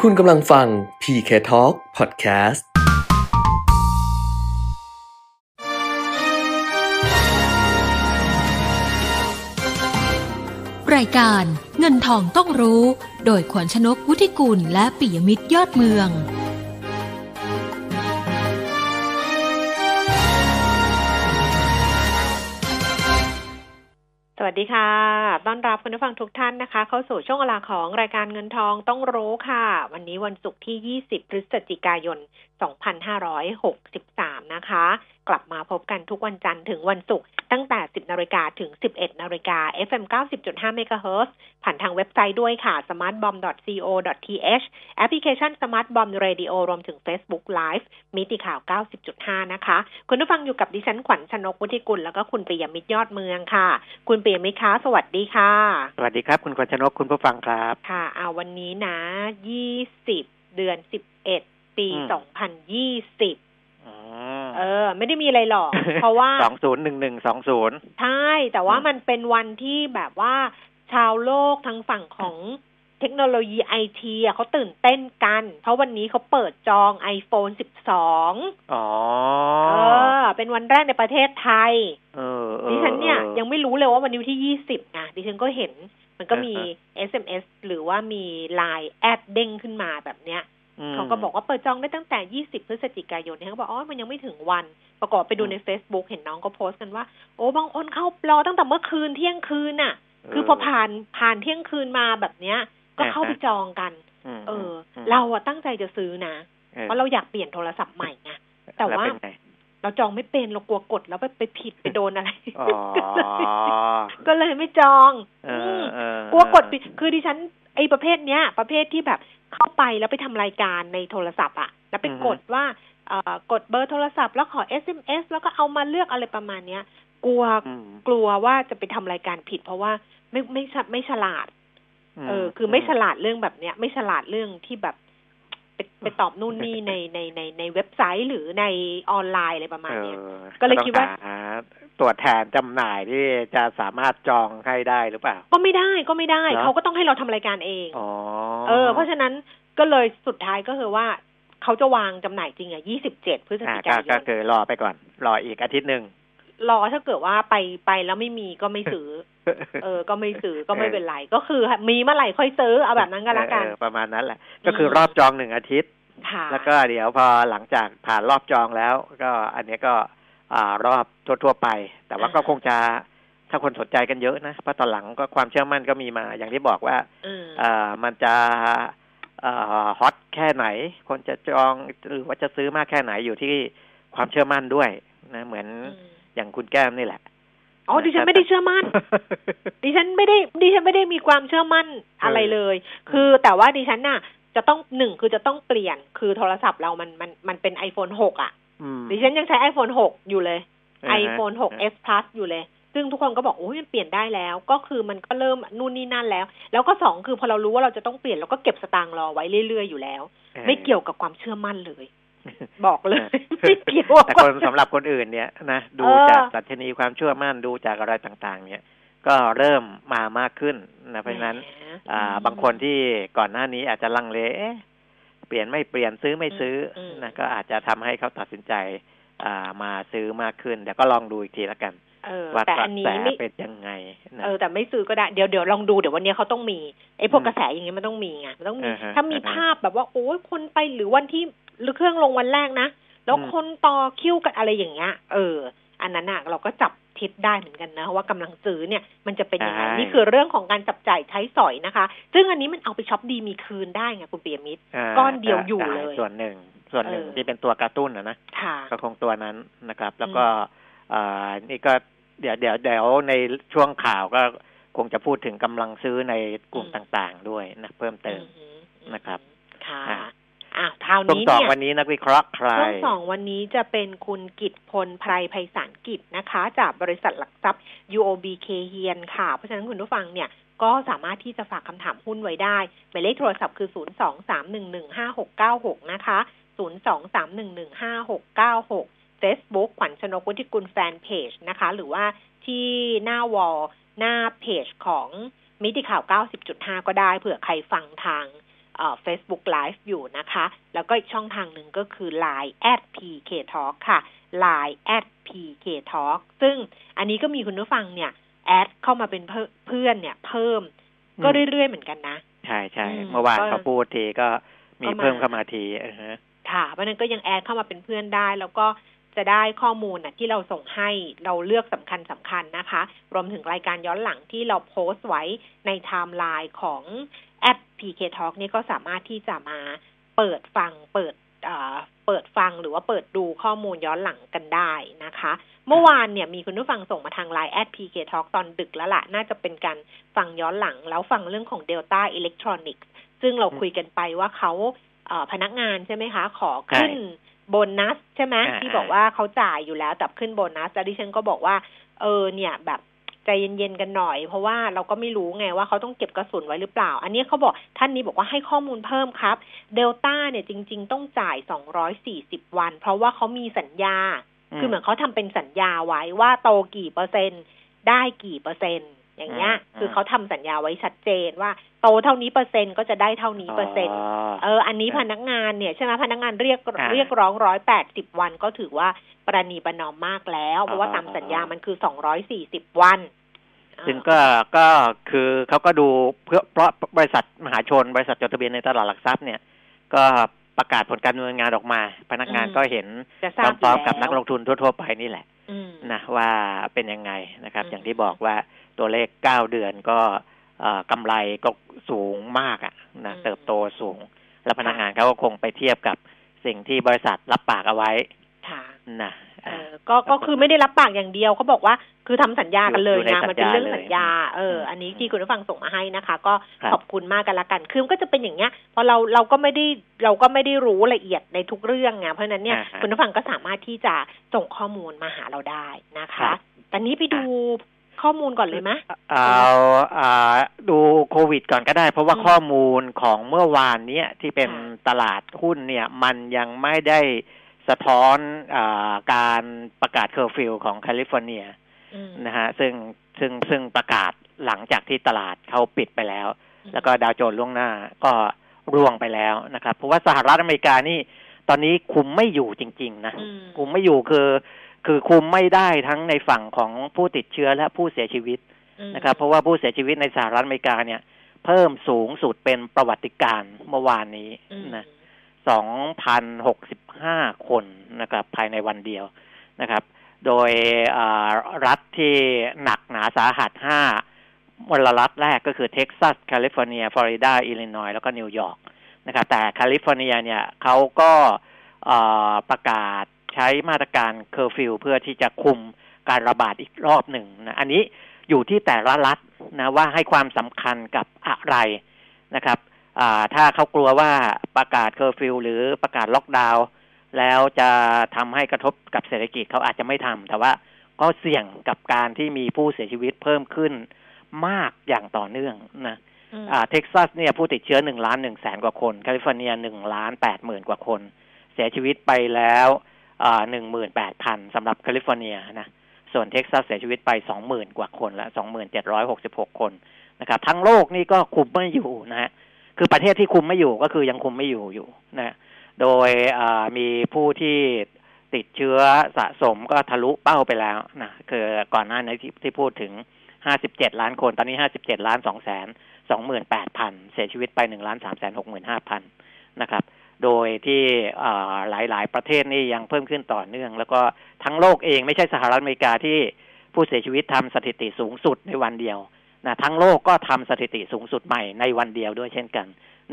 คุณกำลังฟัง PK Talk Podcast รายการเงินทองต้องรู้โดยขวัญชนก วุฒิกุลและปิยมิตรยอดเมืองสวัสดีค่ะต้อนรับคุณผู้ฟังทุกท่านนะคะเข้าสู่ช่วงเวลาของรายการเงินทองต้องรู้ค่ะวันนี้วันศุกร์ที่20พฤศจิกายน2563นะคะกลับมาพบกันทุกวันจันทร์ถึงวันศุกร์ตั้งแต่ 10:00 นถึง 11:00 นFM 90.5 MHz ผ่านทางเว็บไซต์ด้วยค่ะ smartbomb.co.th แอปพลิเคชัน Smart Bomb Radio รวมถึง Facebook Live มิติข่าว 90.5 นะคะคุณผู้ฟังอยู่กับดิฉันขวัญชนก วุฒิกุลแล้วก็คุณปิยมิตรยอดเมืองค่ะคุณปิยมิตรคะสวัสดีค่ะสวัสดีครับคุณขวัญชนกคุณผู้ฟังครับค่ะวันนี้นะ20เดือน11ปี2020ไม่ได้มีอะไรหรอก เพราะว่า 201120 ใช่แต่ว่ามันเป็นวันที่แบบว่าชาวโลกทางฝั่งของเทคโนโลยี IT เขาตื่นเต้นกันเพราะวันนี้เขาเปิดจอง iPhone 12เป็นวันแรกในประเทศไทยดิฉันเนี่ยยังไม่รู้เลยว่าวันนี้ที่20นะดิฉันก็เห็นมันก็มี SMS หรือว่ามี LINE แอดเด้งขึ้นมาแบบเนี้ยเขาก็บอกว่าเปิดจองได้ตั้งแต่20พฤศจิกายนเนี่ยเขาบอกมันยังไม่ถึงวันประกอบไปดูใน Facebook เห็นน้องก็โพสต์กันว่าบางคนเข้ารอตั้งแต่เมื่อคืนเที่ยงคืนน่ะคือพอผ่านเที่ยงคืนมาแบบเนี้ยก็เข้าไปจองกันเราตั้งใจจะซื้อนะเพราะเราอยากเปลี่ยนโทรศัพท์ใหม่ไงแต่ว่าเราจองไม่เป็นเรากลัวกดแล้วไปผิดไปโดนอะไรก็เลยไม่จองกลัวกดคือดิฉันไอ้ประเภทเนี้ยประเภทที่แบบเข้าไปแล้วไปทำรายการในโทรศัพท์แล้วไปกดว่ากดเบอร์โทรศัพท์แล้วขอ SMS แล้วก็เอามาเลือกอะไรประมาณเนี้ยกลัวว่าจะไปทำรายการผิดเพราะว่าไม่ฉลาดคือไม่ฉลาดเรื่องแบบเนี้ยไม่ฉลาดเรื่องที่แบบไปตอบนู่นนี่ในเว็บไซต์หรือในออนไลน์อะไรประมาณเนี้ยก็เลยคิดว่าตัวแทนจำหน่ายที่จะสามารถจองให้ได้หรือเปล่าก็ไม่ได้เขาก็ต้องให้เราทำรายการเองเพราะฉะนั้นก็เลยสุดท้ายก็คือว่าเขาจะวางจำหน่ายจริง27พฤศจิกายนก็คือรอไปก่อนรออีกอาทิตย์นึงรอถ้าเกิดว่าไปแล้วไม่มีก็ไม่ซื้อก็ไม่ซื้อก็ไม่เป็นไรก็คือมีเมื่อไหร่ค่อยซื้อเอาแบบนั้นก็แล้วกันประมาณนั้นแหละก็คือรอบจอง1อาทิตย์แล้วก็เดี๋ยวพอหลังจากผ่านรอบจองแล้วก็อันนี้ก็รอบทั่วๆไปแต่ว่าก็คงจะถ้าคนสนใจกันเยอะนะเพราะตอนหลังก็ความเชื่อมั่นก็มีมาอย่างที่บอกว่ามันจะฮอตแค่ไหนคนจะจองหรือว่าจะซื้อมากแค่ไหนอยู่ที่ความเชื่อมั่นด้วยนะเหมือนอย่างคุณแก้มนี่แหละดิฉันไม่ได้เชื่อมั่น ดิฉันไม่ได้มีความเชื่อมั่นอะไรเลยคือแต่ว่าดิฉันน่ะจะต้องคือจะต้องเปลี่ยนคือโทรศัพท์เรามันเป็น iPhone 6ดิฉันยังใช้ iPhone 6อยู่เลย iPhone 6s Plus อยู่เลยซึ่งทุกคนก็บอกมันเปลี่ยนได้แล้วก็คือมันก็เริ่มนู่นนี่นั่นแล้วก็2คือพอเรารู้ว่าเราจะต้องเปลี่ยนเราก็เก็บสตางค์รอไว้เรื่อยๆอยู่แล้วไม่เกี่ยวกับความเชื่อมั่นเลยบอกเลยไม่เกี่ยวแต่คนสำหรับคนอื่นเนี่ยนะดูจากดัชนีความเชื่อมั่นดูจากอะไรต่างๆเนี่ยก็เริ่มมามากขึ้นนะเพราะฉะนั้นบางคนที่ก่อนหน้านี้อาจจะลังเลเปลี่ยนไม่เปลี่ยนซื้อไม่ซื้อนะก็อาจจะทำให้เขาตัดสินใจมาซื้อมากขึ้นเดี๋ยวก็ลองดูอีกทีละกันว่าแต่อันนี้เป็นยังไงแต่ไม่ซื้อก็ได้เดี๋ยวลองดูเดี๋ยววันนี้เขาต้องมีไอ้พวกกระแสอย่างเงี้ยมันต้องมีไงมันต้องมีถ้ามีภาพแบบว่าคนไปหรือวันที่หรือเครื่องลงวันแรกนะแล้วคนต่อคิวกันอะไรอย่างเงี้ยอันนั้นน่ะเราก็จับทิศได้เหมือนกันนะว่ากำลังซื้อเนี่ยมันจะเป็นยังไงนี่คือเรื่องของการจับจ่ายใช้สอยนะคะซึ่งอันนี้มันเอาไปช็อปดีมีคืนได้ไงคุณปิยมิตรก้อนเดียวอยู่เลยส่วนหนึ่งที่เป็นตัวกระตุ้นนะก็คงตัวนั้นนะครับแล้วก็นี่ก็เดี๋ยวในช่วงข่าวก็คงจะพูดถึงกำลังซื้อในกลุ่มต่างๆด้วยนะเพิ่มเติมนะครับค่ะคราวนี้เนี่ยวันนี้นักวิเคราะห์ใครช่วง2วันนี้จะเป็นคุณกิตพลไพรไพศาลกิจนะคะจากบริษัทหลักทรัพย์ UOB เคเฮียนค่ะเพราะฉะนั้นคุณผู้ฟังเนี่ยก็สามารถที่จะฝากคำถามหุ้นไว้ได้หมายเลขโทรศัพท์คือ023115696นะคะ023115696 Facebook ขวัญชนก วุฒิกุลแฟนเพจนะคะหรือว่าที่หน้าวอลหน้าเพจของมิติข่าว 90.5 ก็ได้เผื่อใครฟังทาง Facebook Live อยู่นะคะแล้วก็อีกช่องทางหนึ่งก็คือ Line @pktalk ค่ะ Line @pktalk ซึ่งอันนี้ก็มีคุณผู้ฟังเนี่ยแอดเข้ามาเป็นเพื่อนเนี่ยเพิ่มก็เรื่อยๆเหมือนกันนะใช่ๆเมื่อวานเขาพูดทีก็มีเพิ่มเข้ามาทีค่ะเพราะนั้นก็ยังแอดเข้ามาเป็นเพื่อนได้แล้วก็จะได้ข้อมูลที่เราส่งให้เราเลือกสำคัญนะคะรวมถึงรายการย้อนหลังที่เราโพสต์ไว้ในไทม์ไลน์ของแอป PK Talk นี่ก็สามารถที่จะมาเปิดฟังหรือว่าเปิดดูข้อมูลย้อนหลังกันได้นะคะเมื่อวานเนี่ยมีคุณผู้ฟังส่งมาทาง Line @PK Talk ตอนดึกแล้วล่ะน่าจะเป็นการฟังย้อนหลังแล้วฟังเรื่องของ Delta Electronics ซึ่งเราคุยกันไปว่าเขาพนักงานใช่ไหมคะขอขึ้นโบนัสใช่ไหมที่บอกว่าเขาจ่ายอยู่แล้วแต่ขึ้นโบนัสแล้วดิฉันก็บอกว่าเนี่ยแบบใจเย็นๆกันหน่อยเพราะว่าเราก็ไม่รู้ไงว่าเขาต้องเก็บกระสุนไว้หรือเปล่าอันนี้เขาบอกท่านนี้บอกว่าให้ข้อมูลเพิ่มครับเดลต้าเนี่ยจริงๆต้องจ่าย240วันเพราะว่าเขามีสัญญาคือเหมือนเขาทำเป็นสัญญาไว้ว่าโตกี่เปอร์เซ็นต์ได้กี่เปอร์เซ็นต์อย่างเงี้ยคือเขาทำสัญญาไว้ชัดเจนว่าโตเท่านี้เปอร์เซ็นต์ก็จะได้เท่านี้เปอร์เซ็นต์อันนี้พนักงานเนี่ยใช่ไหมพนักงานเรียกร้อง180วันก็ถือว่าประนีประนอมมากแล้วเพราะว่าตามสัญญามันคือ240วันซึ่งก็คือเขาก็ดูเพราะบริษัทมหาชนบริษัทจดทะเบียนในตลาดหลักทรัพย์เนี่ยก็ประกาศผลการดำเนินงานออกมาพนักงานก็เห็นพร้อมๆกับนักลงทุนทั่วๆไปนี่แหละนะว่าเป็นยังไงนะครับอย่างที่บอกว่าตัวเลข9เดือนก็กำไรก็สูงมากนะเติบโตสูงแล้วพนักงานเขาก็คงไปเทียบกับสิ่งที่บริษัทรับปากเอาไว้นะก็คือไม่ได้รับปากอย่างเดียวเขาบอกว่าคือทำสัญญากันเลยนะมันเป็นเรื่องสัญญาอันนี้ที่คุณผู้ฟังส่งมาให้นะคะก็ขอบคุณมากกันละกันคือมันก็จะเป็นอย่างเงี้ยพอเราก็ไม่ได้รู้ละเอียดในทุกเรื่องไงเพราะฉะนั้นเนี่ยคุณผู้ฟังก็สามารถที่จะส่งข้อมูลมาหาเราได้นะคะตอนนี้ไปดูข้อมูลก่อนเลยไหมดูโควิดก่อนก็ได้เพราะว่าข้อมูลของเมื่อวานนี้ที่เป็นตลาดหุ้นเนี่ยมันยังไม่ได้สะท้อนการประกาศเคอร์ฟิวของแคลิฟอร์เนียนะฮะซึ่งประกาศหลังจากที่ตลาดเขาปิดไปแล้วแล้วก็ดาวโจนส์ล่วงหน้าก็ร่วงไปแล้วนะครับเพราะว่าสหรัฐอเมริกานี่ตอนนี้คุมไม่อยู่จริงๆนะคุมไม่อยู่คือคุมไม่ได้ทั้งในฝั่งของผู้ติดเชื้อและผู้เสียชีวิตนะครับเพราะว่าผู้เสียชีวิตในสหรัฐอเมริกาเนี่ยเพิ่มสูงสุดเป็นประวัติการณ์เมื่อวานนี้นะ2,065 คนนะครับภายในวันเดียวนะครับโดยรัฐที่หนักหนาสาหัส5มลรัฐแรกก็คือเท็กซัสแคลิฟอร์เนียฟลอริดาอิลลินอยส์แล้วก็นิวยอร์กนะครับแต่แคลิฟอร์เนียเนี่ยเขาก็ประกาศใช้มาตรการเคอร์ฟิวเพื่อที่จะคุมการระบาดอีกรอบหนึ่งนะอันนี้อยู่ที่แต่ละรัฐนะว่าให้ความสำคัญกับอะไรนะครับถ้าเขากลัวว่าประกาศเคอร์ฟิวหรือประกาศล็อกดาวน์แล้วจะทำให้กระทบกับเศรษฐกิจเขาอาจจะไม่ทำแต่ว่าก็เสี่ยงกับการที่มีผู้เสียชีวิตเพิ่มขึ้นมากอย่างต่อเนื่องนะเท็กซัสเนี่ยผู้ติดเชื้อ 1,100,000 กว่าคนแคลิฟอร์เนีย 1,80,000 กว่าคนเสียชีวิตไปแล้ว18,000 สำหรับแคลิฟอร์เนียนะส่วนเท็กซัสเสียชีวิตไป 20,000 กว่าคนละ 2,766 คนนะครับทั้งโลกนี่ก็คุมไม่อยู่นะฮะคือประเทศที่คุมไม่อยู่ก็คือยังคุมไม่อยู่นะโดยมีผู้ที่ติดเชื้อสะสมก็ทะลุเป้าไปแล้วนะคือก่อนหน้านี้ที่พูดถึง57ล้านคนตอนนี้57,228,000เสียชีวิตไป 1,365,000 นะครับโดยที่หลายประเทศนี่ยังเพิ่มขึ้นต่อเนื่องแล้วก็ทั้งโลกเองไม่ใช่สหรัฐอเมริกาที่ผู้เสียชีวิตทำสถิติสูงสุดในวันเดียวนะทั้งโลกก็ทำสถิติสูงสุดใหม่ในวันเดียวด้วยเช่นกัน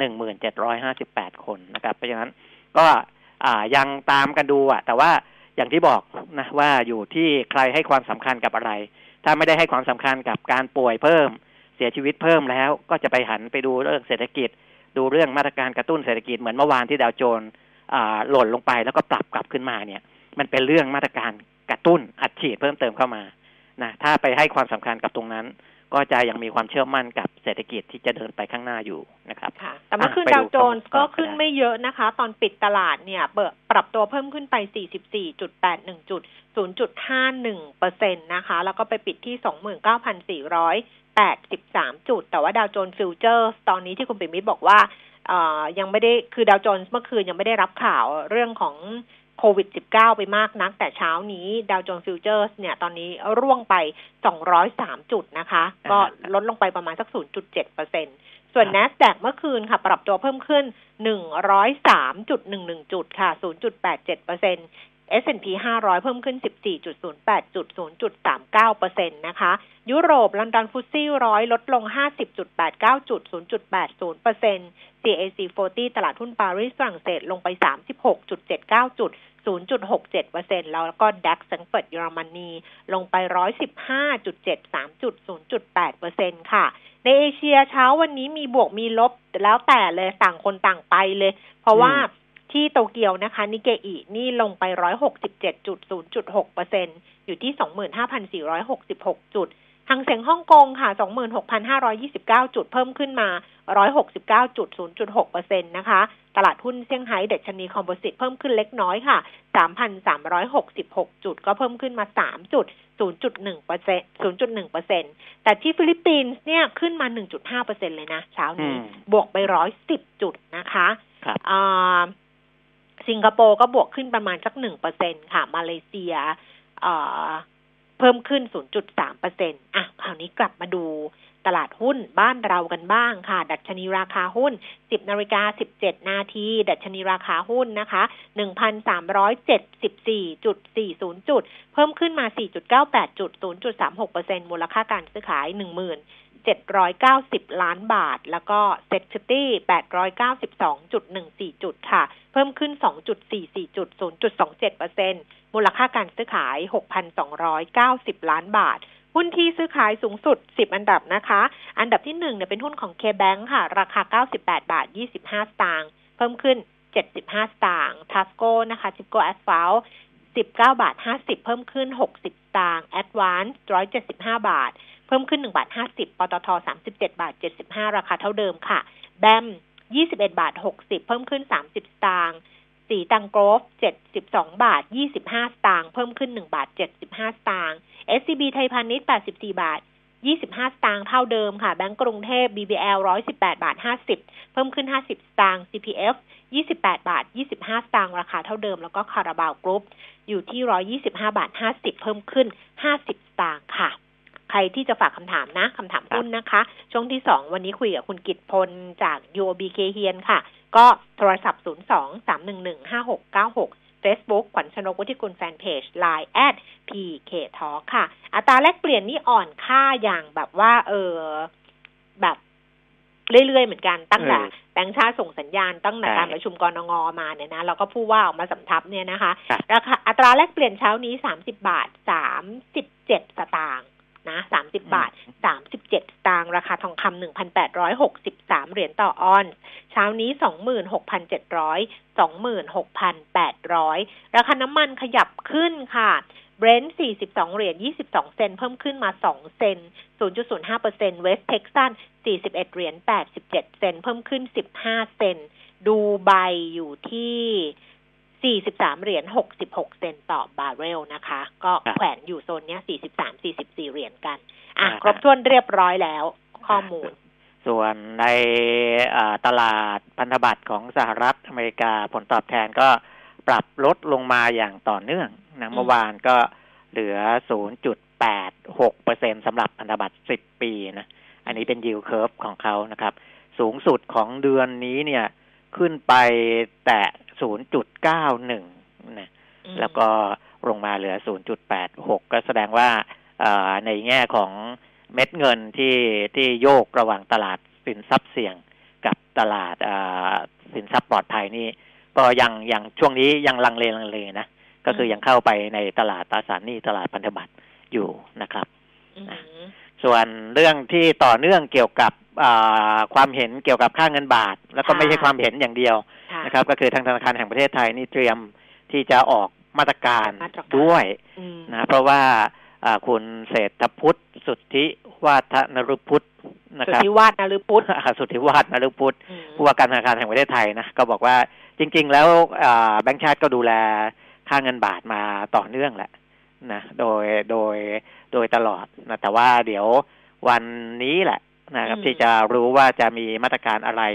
1758 คนนะครับเพราะฉะนั้นก็ยังตามกันดูแต่ว่าอย่างที่บอกนะว่าอยู่ที่ใครให้ความสำคัญกับอะไรถ้าไม่ได้ให้ความสำคัญกับการป่วยเพิ่มเสียชีวิตเพิ่มแล้วก็จะไปหันไปดูเรื่องเศรษฐกิจดูเรื่องมาตรการกระตุ้นเศรษฐกิจเหมือนเมื่อวานที่ดาวโจนส์หล่นลงไปแล้วก็ปรับกลับขึ้นมาเนี่ยมันเป็นเรื่องมาตรการกระตุ้นอัดฉีดเพิ่มเติมเข้ามานะถ้าไปให้ความสำคัญกับตรงนั้นก็จะยังมีความเชื่อมั่นกับเศรษฐกิจที่จะเดินไปข้างหน้าอยู่นะครับค่ะแต่เมื่อคืนดาวโจนส์ก็ขึ้นไม่เยอะนะคะตอนปิดตลาดเนี่ยปรับตัวเพิ่มขึ้นไป 44.81 จุด 0.51% นะคะแล้วก็ไปปิดที่ 29,483 จุดแต่ว่าดาวโจนส์ฟิวเจอร์สตอนนี้ที่คุณปิ่มมิตรบอกว่ายังไม่ได้คือดาวโจนส์เมื่อคืนยังไม่ได้รับข่าวเรื่องของโควิด -19 ไปมากนักแต่เช้านี้ดาวโจนส์ฟิวเจอร์สเนี่ยตอนนี้ร่วงไป203จุดนะคะก็ลดลงไปประมาณสัก 0.7%ส่วน NASDAQ เมื่อคืนค่ะปรับตัวเพิ่มขึ้น 103.11 จุดค่ะ 0.87%S&P 500 เพิ่มขึ้น 14.08 จุด 0.39% นะคะยุโรปลอนดอนฟุตซี่100ลดลง 50.89 จุด 0.80% CAC 40 ตลาดหุ้นปารีสฝรั่งเศสลงไป 36.79 จุด 0.67% แล้วก็ DAX แฟรงก์เฟิร์ตเยอรมนีลงไป 115.73 จุด 0.8% ค่ะในเอเชียเช้าวันนี้มีบวกมีลบแล้วแต่เลยต่างคนต่างไปเลยเพราะว่าที่โตเกียวนะคะนิเกอินี่ลงไป 167.0.6% อยู่ที่ 25,466 จุดหางเส็งฮ่องกงค่ะ 26,529 จุดเพิ่มขึ้นมา 169.0.6% นะคะตลาดหุ้นเซี่ยงไฮ้ดัชนีคอมโพสิตเพิ่มขึ้นเล็กน้อยค่ะ 3,366 จุดก็เพิ่มขึ้นมา 0.1% แต่ที่ฟิลิปปินส์เนี่ยขึ้นมา 1.5% เลยนะเช้านี้บวกไป110จุดนะคะสิงคโปร์ก็บวกขึ้นประมาณสัก 1% ค่ะมาเลเซียเพิ่มขึ้น 0.3% คราวนี้กลับมาดูตลาดหุ้นบ้านเรากันบ้างค่ะดัชนีราคาหุ้น 10:17 น.ดัชนีราคาหุ้นนะคะ 1,374.40 จุดเพิ่มขึ้นมา 4.98 จุด 0.36% มูลค่าการซื้อขาย 790 ล้านบาทแล้วก็ Set50 892.14 จุดค่ะเพิ่มขึ้น 2.44 จุด 0.27% มูลค่าการซื้อขาย 6,290 ล้านบาทหุ้นที่ซื้อขายสูงสุด10อันดับนะคะอันดับที่1เนี่ยเป็นหุ้นของ KBank ค่ะราคา98 บาท 25 สตางค์เพิ่มขึ้น75 สตางค์ Tasco นะคะ Tipco Asphalt 19 บาท 50เพิ่มขึ้น60 สตางค์ Advance 175 บาทเพิ่มขึ้น1บาท50ปตท37บาท75ราคาเท่าเดิมค่ะ BAM 21บาท60เพิ่มขึ้น30สตางค์สีตังโกรฟ72บาท25สตางค์เพิ่มขึ้น1บาท75สตางค์ SCB ไทยพาณิชย์84บาท25สตางค์เท่าเดิมค่ะแบงก์กรุงเทพ BBL 118บาท50เพิ่มขึ้น50สตางค์ CPF 28บาท25สตางค์ราคาเท่าเดิมแล้วก็คาราบาวกรุ๊ปอยู่ที่125บาท50เพิ่มขึ้น50สตางค์ค่ะใครที่จะฝากคำถามนะคำถามหุ้นนะคะช่วงที่2วันนี้คุยกับคุณกิตพลจาก UOB เคเฮียนค่ะก็โทรศัพท์02-311-5696 Facebook ขวัญชนกวุฒิกุลแฟนเพจ LINE @PK Talk ค่ะอัตราแลกเปลี่ยนนี่อ่อนค่าอย่างแบบว่าแบบเรื่อยๆเหมือนกันตั้งแต่แบงก์ชาติส่งสัญญาณตั้งแต่การประชุมกนง.มาเนี่ยนะเราก็พูดว่าออกมาสำทับเนี่ยนะคะราคาอัตราแลกเปลี่ยนเช้านี้30บาท37สตางค์นะ30บาท37สตางค์ราคาทองคำ 1,863 เหรียญต่อออนซ์เช้านี้ 26,700 26,800 ราคาน้ำมันขยับขึ้นค่ะBrent 42เหรียญ22เซนต์เพิ่มขึ้นมา2เซนต์ 0.05% West Texas 41เหรียญ87เซนต์เพิ่มขึ้น15เซนต์ดูไบอยู่ที่43เหรียญ66เซนต์ต่อบาร์เรลนะคะก็แขวนอยู่โซนเนี้ย43-44เหรียญกันครบถ้วนเรียบร้อยแล้วข้อมูลส่วนในตลาดพันธบัตรของสหรัฐอเมริกาผลตอบแทนก็ปรับลดลงมาอย่างต่อเนื่องนะเมื่อวานก็เหลือ 0.86% สำหรับพันธบัตร10ปีนะอันนี้เป็น yield curve ของเขานะครับสูงสุดของเดือนนี้เนี่ยขึ้นไปแตะ 0.91 นะแล้วก็ลงมาเหลือ 0.86 ก็แสดงว่าในแง่ของเม็ดเงินที่โยกระหว่างตลาดสินทรัพย์เสี่ยงกับตลาดสินทรัพย์ปลอดภัยนี่ก็ยังช่วงนี้ยังลังเลนะก็คือยังเข้าไปในตลาดตราสารหนี้ตลาดพันธบัตรอยู่นะครับส่วนเรื่องที่ต่อเนื่องเกี่ยวกับความเห็นเกี่ยวกับค่าเงินบาทแล้วก็ไม่ใช่ความเห็นอย่างเดียวนะครับก็คือทางธนาคารแห่งประเทศไทยนี่เตรียมที่จะออกมาตรการด้วยนะเพราะว่าคุณเศรษฐพุทธสุทธิวาฒนฤพุทธนะครับสุทธิวาฒนฤพุทธสุทธิวาฒนฤพุทธผู้ว่าการธนาคารแห่งประเทศไทยนะก็บอกว่าจริงๆแล้วแบงก์ชาติก็ดูแลค่าเงินบาทมาต่อเนื่องแหละนะโดยตลอดนะแต่ว่าเดี๋ยววันนี้แหละนะครับที่จะรู้ว่าจะมีมาตรการอะไร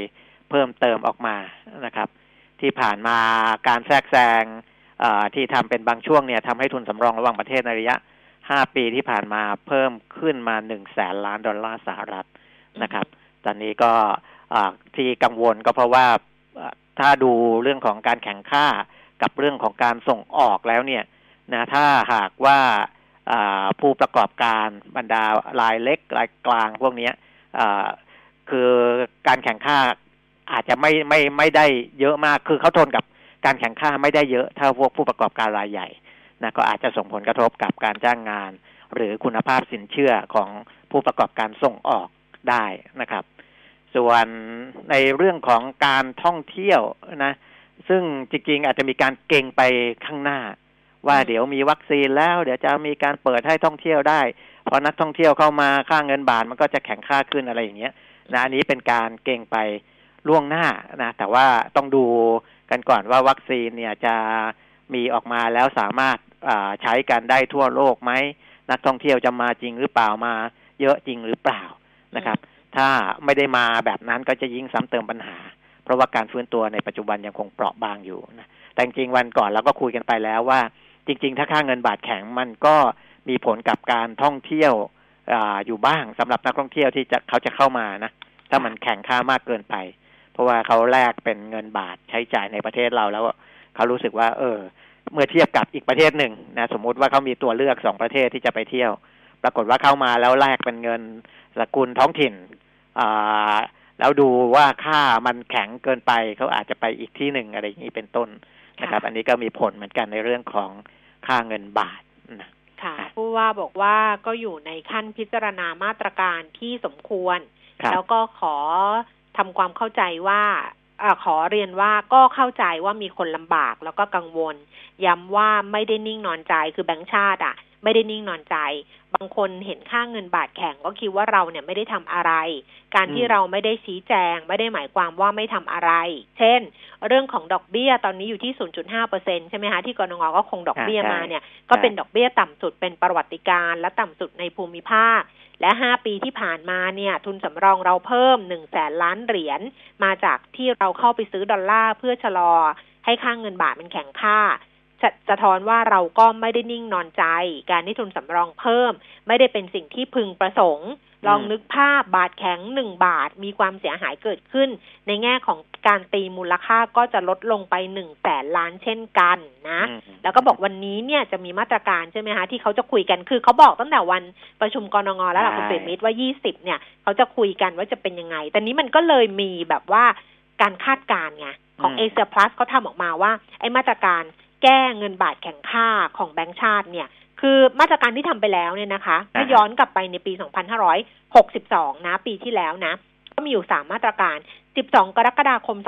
เพิ่มเติมออกมานะครับที่ผ่านมาการแทรกแซงที่ทำเป็นบางช่วงเนี่ยทำให้ทุนสำรองระหว่างประเทศในระยะ5 ปีที่ผ่านมาเพิ่มขึ้นมา$100,000 ล้านสหรัฐนะครับตอนนี้ก็ที่กังวลก็เพราะว่าถ้าดูเรื่องของการแข่งข้ากับเรื่องของการส่งออกแล้วเนี่ยนะถ้าหากว่าผู้ประกอบการบรรดารายเล็กรายกลางพวกนี้คือการแข่งข้าอาจจะไม่ได้เยอะมากคือเขาทนกับการแข่งข้าไม่ได้เยอะเท่าพวกผู้ประกอบการรายใหญ่นะก็อาจจะส่งผลกระทบกับการจ้างงานหรือคุณภาพสินเชื่อของผู้ประกอบการส่งออกได้นะครับส่วนในเรื่องของการท่องเที่ยวนะซึ่งจริงๆอาจจะมีการเก่งไปข้างหน้าว่าเดี๋ยวมีวัคซีนแล้วเดี๋ยวจะมีการเปิดให้ท่องเที่ยวได้พอนักท่องเที่ยวเข้ามาค่าเงินบาทมันก็จะแข็งค่าขึ้นอะไรอย่างเงี้ยนะอันนี้เป็นการเก่งไปล่วงหน้านะแต่ว่าต้องดูกันก่อนว่าวัคซีนเนี่ยจะมีออกมาแล้วสามารถใช้กันได้ทั่วโลกไหมนักท่องเที่ยวจะมาจริงหรือเปล่ามาเยอะจริงหรือเปล่านะครับถ้าไม่ได้มาแบบนั้นก็จะยิ่งซ้ำเติมปัญหาเพราะว่าการฟื้นตัวในปัจจุบันยังคงเปราะบางอยู่นะแต่จริงวันก่อนเราก็คุยกันไปแล้วว่าจริงๆถ้าค่าเงินบาทแข็งมันก็มีผลกับการท่องเที่ยวอยู่บ้างสำหรับนักท่องเที่ยวที่เขาจะเข้ามานะถ้ามันแข็งค่ามากเกินไปเพราะว่าเขาแลกเป็นเงินบาทใช้จ่ายในประเทศเราแล้วเขารู้สึกว่าเมื่อเทียบกับอีกประเทศหนึ่งนะสมมุติว่าเขามีตัวเลือก2 ประเทศที่จะไปเที่ยวปรากฏว่าเข้ามาแล้วแลกเป็นเงินสกุลท้องถิ่นแล้วดูว่าค่ามันแข็งเกินไปเขาอาจจะไปอีกที่หนึ่งอะไรอย่างนี้เป็นต้นนะครับอันนี้ก็มีผลเหมือนกันในเรื่องของค่าเงินบาทนะค่ะผู้ว่าบอกว่าก็อยู่ในขั้นพิจารณามาตรการที่สมควรแล้วก็ขอทำความเข้าใจว่าขอเรียนว่าก็เข้าใจว่ามีคนลำบากแล้วก็กังวลย้ำว่าไม่ได้นิ่งนอนใจคือแบงก์ชาติไม่ได้นิ่งนอนใจบางคนเห็นค่าเงินบาทแข็งก็คิดว่าเราเนี่ยไม่ได้ทำอะไรการที่เราไม่ได้ชี้แจงไม่ได้หมายความว่าไม่ทำอะไรเช่นเรื่องของดอกเบี้ยตอนนี้อยู่ที่ 0.5% ใช่ไหมคะที่กนง.ก็คงดอกเบี้ยมาเนี่ยก็เป็นดอกเบี้ยต่ำสุดเป็นประวัติการณ์และต่ำสุดในภูมิภาคและ5 ปีที่ผ่านมาเนี่ยทุนสำรองเราเพิ่ม$100,000 ล้านมาจากที่เราเข้าไปซื้อดอลลาร์เพื่อชะลอให้ค่าเงินบาทมันแข็งค่าสะท้อนว่าเราก็ไม่ได้นิ่งนอนใจการที่ทุนสำรองเพิ่มไม่ได้เป็นสิ่งที่พึงประสงค์ลองนึกภาพบาทแข็ง1 บาทมีความเสียหายเกิดขึ้นในแง่ของการตีมูลค่าก็จะลดลงไป$100,000 ล้านเช่นกันนะแล้วก็บอกวันนี้เนี่ยจะมีมาตรการใช่ไหมคะที่เขาจะคุยกันคือเขาบอกตั้งแต่วันประชุมกนง.แล้วล่ะคุณเปรมมิตรว่า20เนี่ยเขาจะคุยกันว่าจะเป็นยังไงแต่นี้มันก็เลยมีแบบว่าการคาดการณ์ไงของ Asia Plus เขาทำออกมาว่าไอ้มาตรการแก้เงินบาทแข็งค่าของแบงก์ชาติเนี่ยคือมาตรการที่ทำไปแล้วเนี่ยนะคะถ้าย้อนกลับไปในปี2562นะปีที่แล้วนะก็มีอยู่3มาตรการ12 กรกฎาคม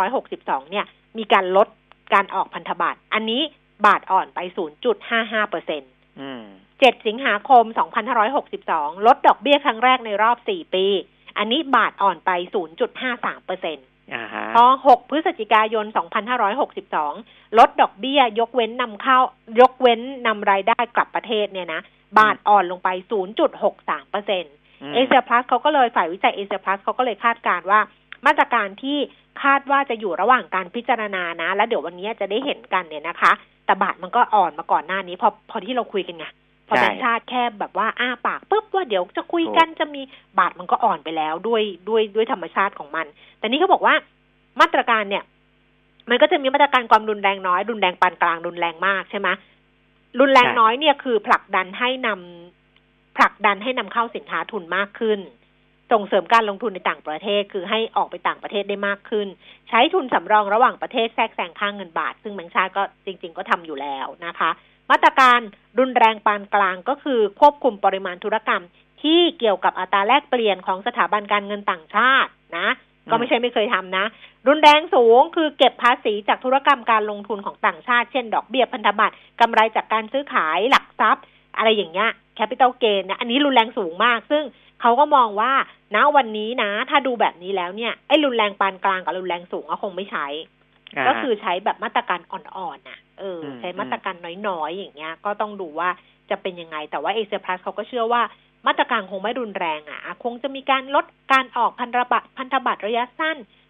2562เนี่ยมีการลดการออกพันธบัตรอันนี้บาทอ่อนไป 0.55% 7 สิงหาคม 2562ลดดอกเบี้ยครั้งแรกในรอบ4 ปีอันนี้บาทอ่อนไป 0.53%พอ6 พฤศจิกายน 2562ลดดอกเบี้ยยกเว้นนำรายได้กลับประเทศเนี่ยนะบาทอ่อนลงไป 0.63% Asia Plus เขาก็เลยฝ่ายวิจัย Asia Plus เขาก็เลยคาดการณ์ว่ามาตรการที่คาดว่าจะอยู่ระหว่างการพิจารณานะแล้วเดี๋ยววันนี้จะได้เห็นกันเนี่ยนะคะแต่บาทมันก็อ่อนมาก่อนหน้านี้พอที่เราคุยกันไงพอแบงก์ชาติแค่แบบว่าอ้าปากปุ๊บว่าเดี๋ยวจะคุยกันจะมีบาทมันก็อ่อนไปแล้วด้วยธรรมชาติของมันแต่นี่เขาบอกว่ามาตรการเนี่ยมันก็จะมีมาตรการความรุนแรงน้อยรุนแรงปานกลางรุนแรงมากใช่ไหมรุนแรงน้อยเนี่ยคือผลักดันให้นำเข้าสินค้าทุนมากขึ้นส่งเสริมการลงทุนในต่างประเทศคือให้ออกไปต่างประเทศได้มากขึ้นใช้ทุนสำรองระหว่างประเทศแทรกแซงค่าเงินบาทซึ่งแบงก์ชาติก็จริงๆก็ทำอยู่แล้วนะคะมาตรการรุนแรงปานกลางก็คือควบคุมปริมาณธุรกรรมที่เกี่ยวกับอัตราแลกเปลี่ยนของสถาบันการเงินต่างชาตินะก็ไม่ใช่ไม่เคยทำนะรุนแรงสูงคือเก็บภาษีจากธุรกรรมการลงทุนของต่างชาติเช่นดอกเบี้ยพันธบัตรกำไรจากการซื้อขายหลักทรัพย์อะไรอย่างเงี้ย capital gain นะอันนี้รุนแรงสูงมากซึ่งเขาก็มองว่าณวันนี้นะถ้าดูแบบนี้แล้วเนี่ยไอ้รุนแรงปานกลางกับรุนแรงสูงก็คงไม่ใช้ก็คือใช้แบบมาตรการอ่อนๆนะใช้มาตรการน้อยๆอย่างเงี้ยก็ต้องดูว่าจะเป็นยังไงแต่ว่า Asia Plus เขาก็เชื่อว่ามาตรการคงไม่รุนแรงคงจะมีการลดการออกพันธบัตรระยะสั้น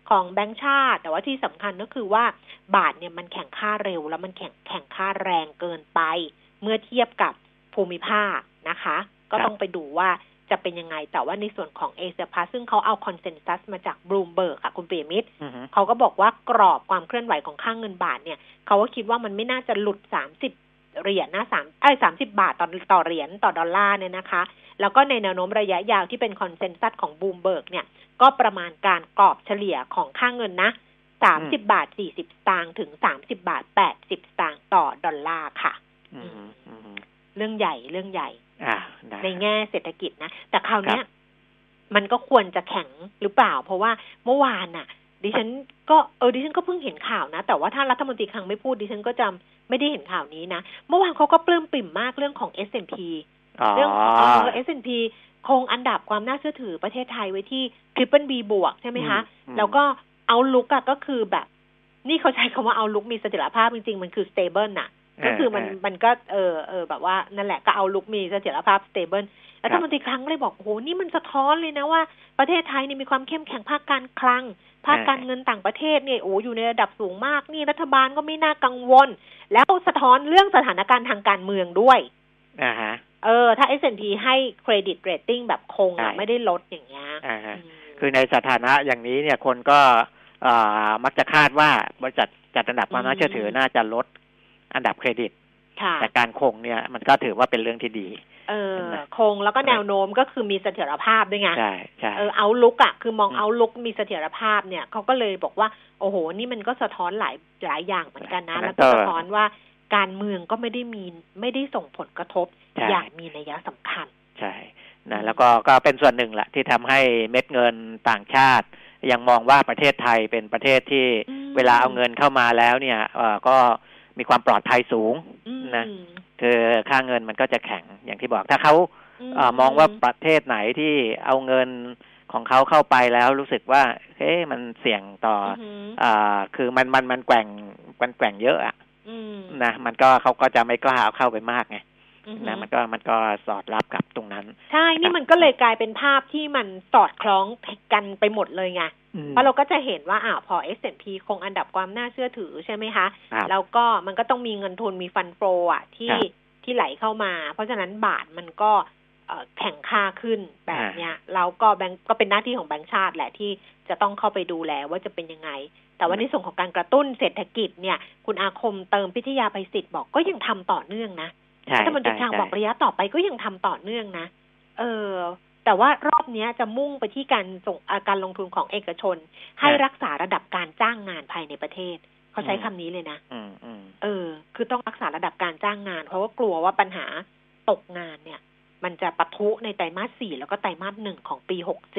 ของแบงก์ชาติแต่ว่าที่สำคัญก็คือว่าบาทเนี่ยมันแข่งค่าเร็วแล้วมันแข่งค่าแรงเกินไปเมื่อเทียบกับภูมิภาคนะคะก็ต้องไปดูว่าจะเป็นยังไงแต่ว่าในส่วนของเอเชียพาซึ่งเขาเอาคอนเซนแซสมาจากบลูมเบิร์กค่ะคุณเปียมิตรเขาก็บอกว่ากรอบความเคลื่อนไหวของค่าเงินบาทเนี่ยเขาก็คิดว่ามันไม่น่าจะหลุด30เหรียญนะ30 บาทต่อเหรียญต่อดอลลาร์เนี่ยนะคะแล้วก็ในแนวโน้มระยะยาวที่เป็นคอนเซนแซสของบลูมเบิร์กเนี่ยก็ประมาณการกรอบเฉลี่ยของค่าเงินนะ30 บาท 40 สตางค์ถึง30 บาท 80 สตางค์ต่อดอลลาร์ค่ะเรื่องใหญ่ในแง่เศรษฐกิจนะแต่คราวนี้มันก็ควรจะแข็งหรือเปล่าเพราะว่าเมื่อวานน่ะดิฉันก็เพิ่งเห็นข่าวนะแต่ว่าถ้ารัฐมนตรีคลังไม่พูดดิฉันก็จะไม่ได้เห็นข่าวนี้นะเมื่อวานเขาก็ปลื้มปิ่มมากเรื่องของ S&P เรื่องของS&P คงอันดับความน่าเชื่อถือประเทศไทยไว้ที่ Triple B บวกใช่ไหมคะแล้วก็เอาลุกก็คือแบบนี่เขาใช้คำว่าเอาลุกมีเสถียรภาพจริงๆมันคือ stable น่ะก็คือมันก็แบบว่านั่นแหละก็เอาลุกมีเสถียรภาพ stable รัฐมนตรีคลังเลยบอกโอ้โหนี่มันสะท้อนเลยนะว่าประเทศไทยนี่มีความเข้มแข็งภาคการคลังภาคการเงินต่างประเทศเนี่ยโอ้อยู่ในระดับสูงมากนี่รัฐบาลก็ไม่น่ากังวลแล้วสะท้อนเรื่องสถานการณ์ทางการเมืองด้วยถ้า S&P ให้เครดิตเรตติ้งแบบคงไม่ได้ลดอย่างเงี้ยคือในสถานะอย่างนี้เนี่ยคนก็มักจะคาดว่าบริษัทจัดอันดับความน่าเชื่อถือน่าจะลดอันดับเครดิตแต่การคงเนี่ยมันก็ถือว่าเป็นเรื่องที่ดีคงแล้วก็แนวโน้มก็คือมีเสถียรภาพด้วยไงใช่เอาลุกคือมองเอาลุกมีเสถียรภาพเนี่ยเขาก็เลยบอกว่าโอ้โหนี่มันก็สะท้อนหลายอย่างเหมือนกันนะแล้วก็สะท้อนว่าการเมืองก็ไม่ได้ส่งผลกระทบอย่างมีนัยสำคัญใช่นะแล้วก็เป็นส่วนหนึ่งแหละที่ทำให้เม็ดเงินต่างชาติยังมองว่าประเทศไทยเป็นประเทศที่เวลาเอาเงินเข้ามาแล้วเนี่ยก็มีความปลอดภัยสูงนะคือค่าเงินมันก็จะแข็งอย่างที่บอกถ้าเขามองว่าประเทศไหนที่เอาเงินของเขาเข้าไปแล้วรู้สึกว่ามันเสี่ยงต่อคือมันแกว่งเยอะนะมันก็เขาก็จะไม่กล้าเอาเข้าไปมากไงนะมันก็สอดรับกับตรงนั้นใช่นี่มันก็เลยกลายเป็นภาพที่มันสอดคล้องกันไปหมดเลยไงเพราะเราก็จะเห็นว่าพอ S&P คงอันดับความน่าเชื่อถือใช่ไหมคะแล้วก็มันก็ต้องมีเงินทุนมีฟันโฟที่ไหลเข้ามาเพราะฉะนั้นบาทมันก็แข่งค่าขึ้นแบบเนี้ยแล้วก็แบงก์ก็เป็นหน้าที่ของแบงก์ชาติแหละที่จะต้องเข้าไปดูแลว่าจะเป็นยังไงแต่ว่าในส่วนของการกระตุ้นเศรษฐกิจเนี่ยคุณอาคมเติมพิทยาภัยศิษย์บอกก็ยังทำต่อเนื่องนะรัฐมนตรีคลังบอกระยะต่อไปก็ยังทำต่อเนื่องนะแต่ว่ารอบนี้จะมุ่งไปที่การลงทุนของเอกชนให้รักษาระดับการจ้างงานภายในประเทศเขาใช้คำนี้เลยนะคือต้องรักษาระดับการจ้างงานเพราะว่ากลัวว่าปัญหาตกงานเนี่ยมันจะปะทุในไตรมาส 4แล้วก็ไตรมาส 1ของปี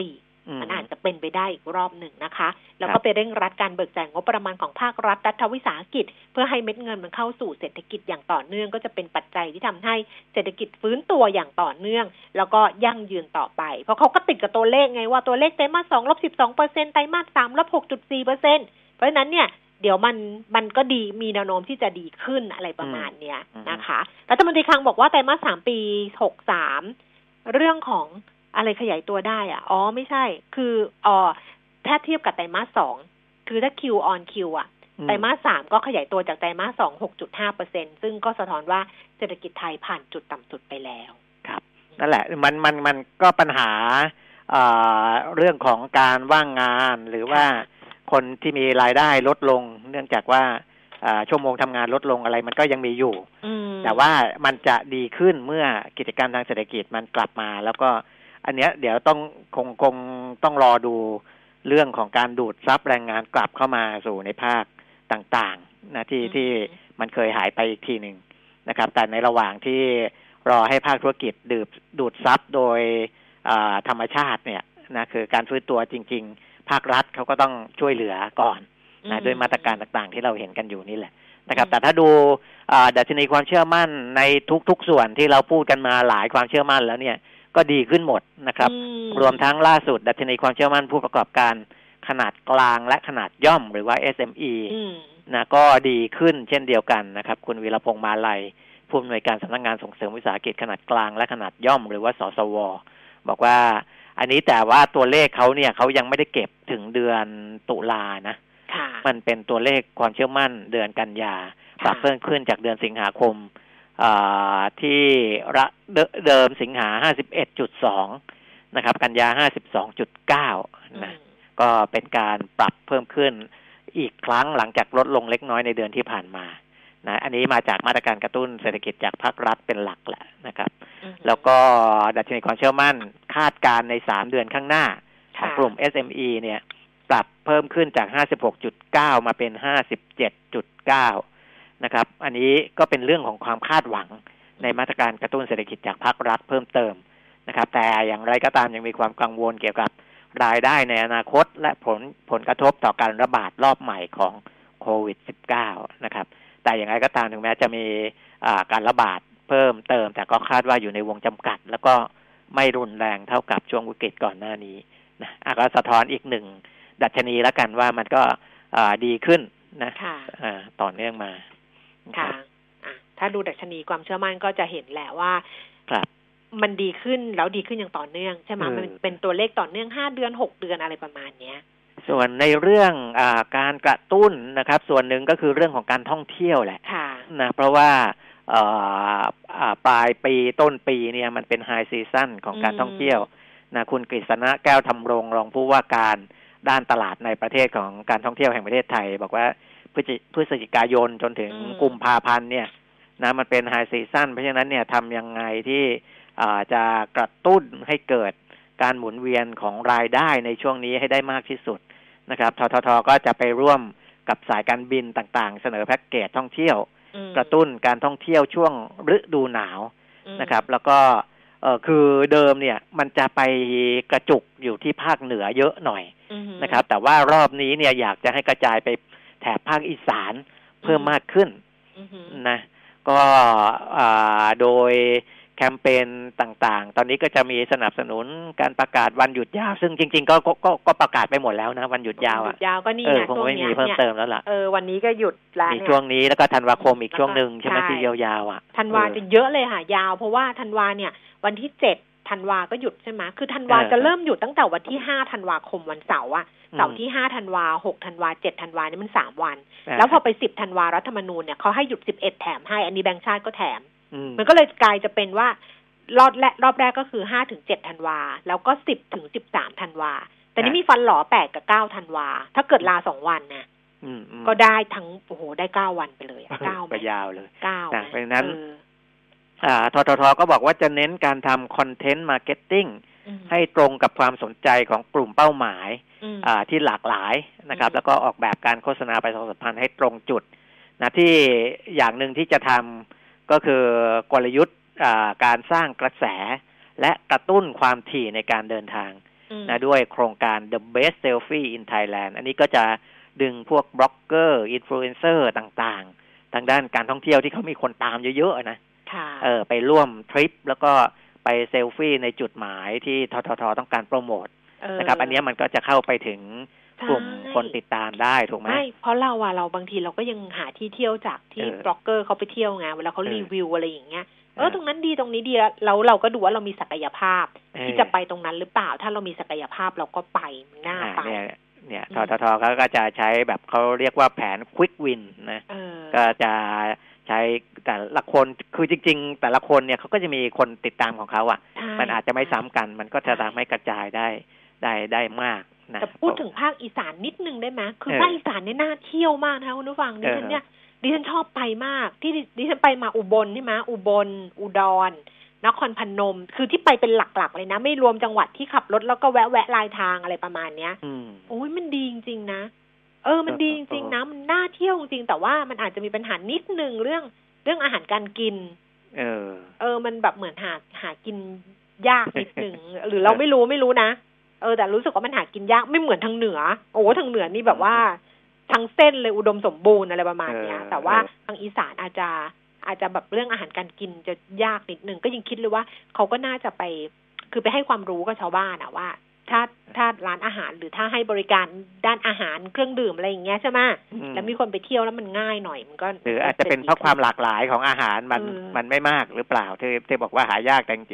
64มันอาจจะเป็นไปได้อีกรอบหนึ่งนะคะแล้วก็ไปเร่งรัดการเบิกจ่ายงบประมาณของภาครัฐวิสาหกิจเพื่อให้เม็ดเงินมันเข้าสู่เศรษฐกิจอย่างต่อเนื่องก็จะเป็นปัจจัยที่ทำให้เศรษฐกิจฟื้นตัวอย่างต่อเนื่องแล้วก็ยั่งยืนต่อไปเพราะเขาก็ติดกับตัวเลขไงว่าตัวเลขไตรมาส 2 -12% ไตรมาส 3 -6.4% เพราะฉะนั้นเนี่ยเดี๋ยวมันก็ดีมีแนวโน้มที่จะดีขึ้นอะไรประมาณเนี้ยนะคะรัฐมนตรีคลังบอกว่าไตรมาส 3 ปี 63เรื่องของอะไรขยายตัวได้ไม่ใช่คือถ้าเทียบกับไตรมาส 2คือถ้า Q on Q ไตรมาส 3ก็ขยายตัวจากไตรมาส 2 6.5% ซึ่งก็สะท้อนว่าเศรษฐกิจไทยผ่านจุดต่ำสุดไปแล้วครับนั่นแหละมันก็ปัญหาเรื่องของการว่างงานหรือว่าคนที่มีรายได้ลดลงเนื่องจากว่าชั่วโมงทำงานลดลงอะไรมันก็ยังมีอยู่แต่ว่ามันจะดีขึ้นเมื่อกิจกรรมทางเศรษฐกิจมันกลับมาแล้วก็อันเนี้ยเดี๋ยวคงต้องรอดูเรื่องของการดูดซับแรงงานกลับเข้ามาสู่ในภาคต่างๆนะที่มันเคยหายไปอีกทีหนึ่งนะครับแต่ในระหว่างที่รอให้ภาคธุรกิจดูดซับโดยธรรมชาติเนี่ยนะคือการฟื้นตัวจริงๆภาครัฐเขาก็ต้องช่วยเหลือก่อนนะด้วยมาตรการต่างๆที่เราเห็นกันอยู่นี่แหละนะครับแต่ถ้าดูดัชนีความเชื่อมั่นในทุกๆส่วนที่เราพูดกันมาหลายความเชื่อมั่นแล้วเนี่ยก็ดีขึ้นหมดนะครับรวมทั้งล่าสุดดัชนีความเชื่อมั่นผู้ประกอบการขนาดกลางและขนาดย่อมหรือว่า SME นะก็ดีขึ้นเช่นเดียวกันนะครับคุณวีรพงษ์มาลัยผู้อำนวยการสำนักงานส่งเสริมวิสาหกิจขนาดกลางและขนาดย่อมหรือว่าสสวบอกว่าอันนี้แต่ว่าตัวเลขเขาเนี่ยเขายังไม่ได้เก็บถึงเดือนตุลานะมันเป็นตัวเลขความเชื่อมั่นเดือนกันยาปรับเพิ่มขึ้นจากเดือนสิงหาคมที่เดิมสิงหา 51.2 นะครับกันยา 52.9 นะก็เป็นการปรับเพิ่มขึ้นอีกครั้งหลังจากลดลงเล็กน้อยในเดือนที่ผ่านมานะอันนี้มาจากมาตรการกระตุ้นเศรษฐกิจจากภาครัฐเป็นหลักแหละนะครับแล้วก็ดัชนีความเชื่อมั่นคาดการใน3เดือนข้างหน้าของกลุ่ม SME เนี่ยปรับเพิ่มขึ้นจาก 56.9 มาเป็น 57.9 นะครับอันนี้ก็เป็นเรื่องของความคาดหวังในมาตรการกระตุ้นเศรษฐกิจจากภาครัฐเพิ่มเติมนะครับแต่อย่างไรก็ตามยังมีความกังวลเกี่ยวกับรายได้ในอนาคตและผลกระทบต่อการระบาดรอบใหม่ของโควิด -19 นะครับแต่อย่างไรก็ตามถึงแม้จะมีการระบาดเพิ่มเติมแต่ก็คาดว่าอยู่ในวงจำกัดแล้วก็ไม่รุนแรงเท่ากับช่วงวิกฤตก่อนหน้านี้นะก็สะท้อนอีกหนึ่งดัชนีแล้วกันว่ามันก็ดีขึ้นนะต่อเนื่องมาค่ะถ้าดูดัชนีความเชื่อมั่นก็จะเห็นแหละว่ามันดีขึ้นแล้วดีขึ้นอย่างต่อเนื่องใช่ไหมมันเป็นตัวเลขต่อเนื่อง5เดือน6เดือนอะไรประมาณเนี้ยส่วนในเรื่องการกระตุ้นนะครับส่วนหนึ่งก็คือเรื่องของการท่องเที่ยวแหละนะเพราะว่าปลายปีต้นปีเนี่ยมันเป็นไฮซีซั่นของการท่องเที่ยวนะคุณกฤษณะแก้วธำรงรองผู้ว่าการด้านตลาดในประเทศของการท่องเที่ยวแห่งประเทศไทยบอกว่าพฤศจิกายนจนถึงกุมภาพันธ์เนี่ยนะมันเป็นไฮซีซั่นเพราะฉะนั้นเนี่ยทำยังไงที่จะกระตุ้นให้เกิดการหมุนเวียนของรายได้ในช่วงนี้ให้ได้มากที่สุดนะครับททท.ก็จะไปร่วมกับสายการบินต่างๆเสนอแพ็กเกจท่องเที่ยวกระตุ้นการท่องเที่ยวช่วงฤดูหนาวนะครับแล้วก็คือเดิมเนี่ยมันจะไปกระจุกอยู่ที่ภาคเหนือเยอะหน่อยนะครับแต่ว่ารอบนี้เนี่ยอยากจะให้กระจายไปแถบภาคอีสานเพิ่มมากขึ้นนะก็โดยแคมเปญต่างๆตอนนี้ก็จะมีสนับสนุนการประกาศวันหยุดยาวซึ่งจริงๆก็ประกาศไปหมดแล้วนะวันหยุดยาวยาวก็นี่นะคงไม่มีเพิ่มเติมแล้วล่ะวันนี้ก็หยุดแล้วมีช่วงนี้แล้วก็ธันวาคมอีกช่วงนึงใช่มั้ยที่ยาวๆธันวาจะเยอะเลยค่ะยาวเพราะว่าธันวาเนี่ยวันที่7ธันวาก็หยุดใช่มั้ยคือธันวาจะเริ่มหยุดตั้งแต่วันที่5ธันวาคมวันเสาร์อ่ะเสาร์ที่5ธันวา6ธันวา7ธันวานี่มัน3วันแล้วพอไป10ธันวารัฐธรรมนูญเนี่ยเขาให้หยุด11แถมให้อันนี้แบงก์ชาติก็แถมมันก็เลยกลายจะเป็นว่ารอบแรกก็คือ5ถึง7ธันวาแล้วก็10ถึง13ธันวาแต่นี่มีฟันหลอ8กับ9ธันวาถ้าเกิดลา2วันนะก็ได้ทั้งโอ้โหได้9วันไปเลย9 ไปยาวเลย 9 เพราะฉะนั้นททท.ก็บอกว่าจะเน้นการทำคอนเทนต์มาร์เก็ตติ้งให้ตรงกับความสนใจของกลุ่มเป้าหมายที่หลากหลายนะครับแล้วก็ออกแบบการโฆษณาประชาสัมพันธ์ให้ตรงจุดนะที่อย่างนึงที่จะทำก็คือกลยุทธ์การสร้างกระแสและกระตุ้นความถี่ในการเดินทางนะด้วยโครงการ The Best Selfie in Thailand อันนี้ก็จะดึงพวกบล็อกเกอร์อินฟลูเอนเซอร์ต่างๆทางด้านการท่องเที่ยวที่เขามีคนตามเยอะๆนะไปร่วมทริปแล้วก็ไปเซลฟี่ในจุดหมายที่ททท.ต้องการโปรโมทนะครับอันนี้มันก็จะเข้าไปถึงกลุ่มคนติดตามได้ถูกไหมไม่เพราะเราบางทีเราก็ยังหาที่เที่ยวจากที่บล็อกเกอร์เขาไปเที่ยวไงเวลาเขารีวิวอะไรอย่างเงี้ยตรงนั้นดีตรงนี้ดีแล้วเราก็ดูว่าเรามีศักยภาพที่จะไปตรงนั้นหรือเปล่าถ้าเรามีศักยภาพเราก็ไปหน้าไปเนี่ยททท.เขาก็จะใช้แบบเขาเรียกว่าแผน Quick Win นะก็จะใช้แต่ละคนคือจริงๆแต่ละคนเนี่ยเขาก็จะมีคนติดตามของเขาอ่ะมันอาจจะไม่ซ้ำกันมันก็จะทำให้กระจายได้มากนะแต่พูดถึงภาคอีสานนิดนึงได้ไหมคือภาคอีสานเนี่ยน่าเที่ยวมากนะคุณผู้ฟังดิฉันชอบไปมากที่ดิฉันไปมาอุบลใช่ไหมอุบลอุดรนครพนมคือที่ไปเป็นหลักๆเลยนะไม่รวมจังหวัดที่ขับรถแล้วก็แวะลายทางอะไรประมาณเนี้ยโอ้ยมันดีจริงๆนะมันดีจริงๆนะมันน่าเที่ยวจริงแต่ว่ามันอาจจะมีปัญหานิดนึงเรื่องอาหารการกินมันแบบเหมือนหากินยากนิดนึงหรือเราไม่รู้นะแต่รู้สึกว่ามันหากินยากไม่เหมือนทางเหนือโอ้ทางเหนือนี่แบบว่าทั้งเส้นเลยอุดมสมบูรณ์อะไรประมาณนี้แต่ว่าทางอีสานอาจจะแบบเรื่องอาหารการกินจะยากนิดนึงก็ยังคิดเลยว่าเขาก็น่าจะไปคือไปให้ความรู้กับชาวบ้านอะว่าถ้าร้านอาหารหรือถ้าให้บริการด้านอาหารเครื่องดื่มอะไรอย่างเงี้ยใช่ไหมแล้วมีคนไปเที่ยวแล้วมันง่ายหน่อยมันก็หรืออาจจะเป็นเพราะความหลากหลายของอาหารมันไม่มากหรือเปล่าที่บอกว่าหายากแต่จริง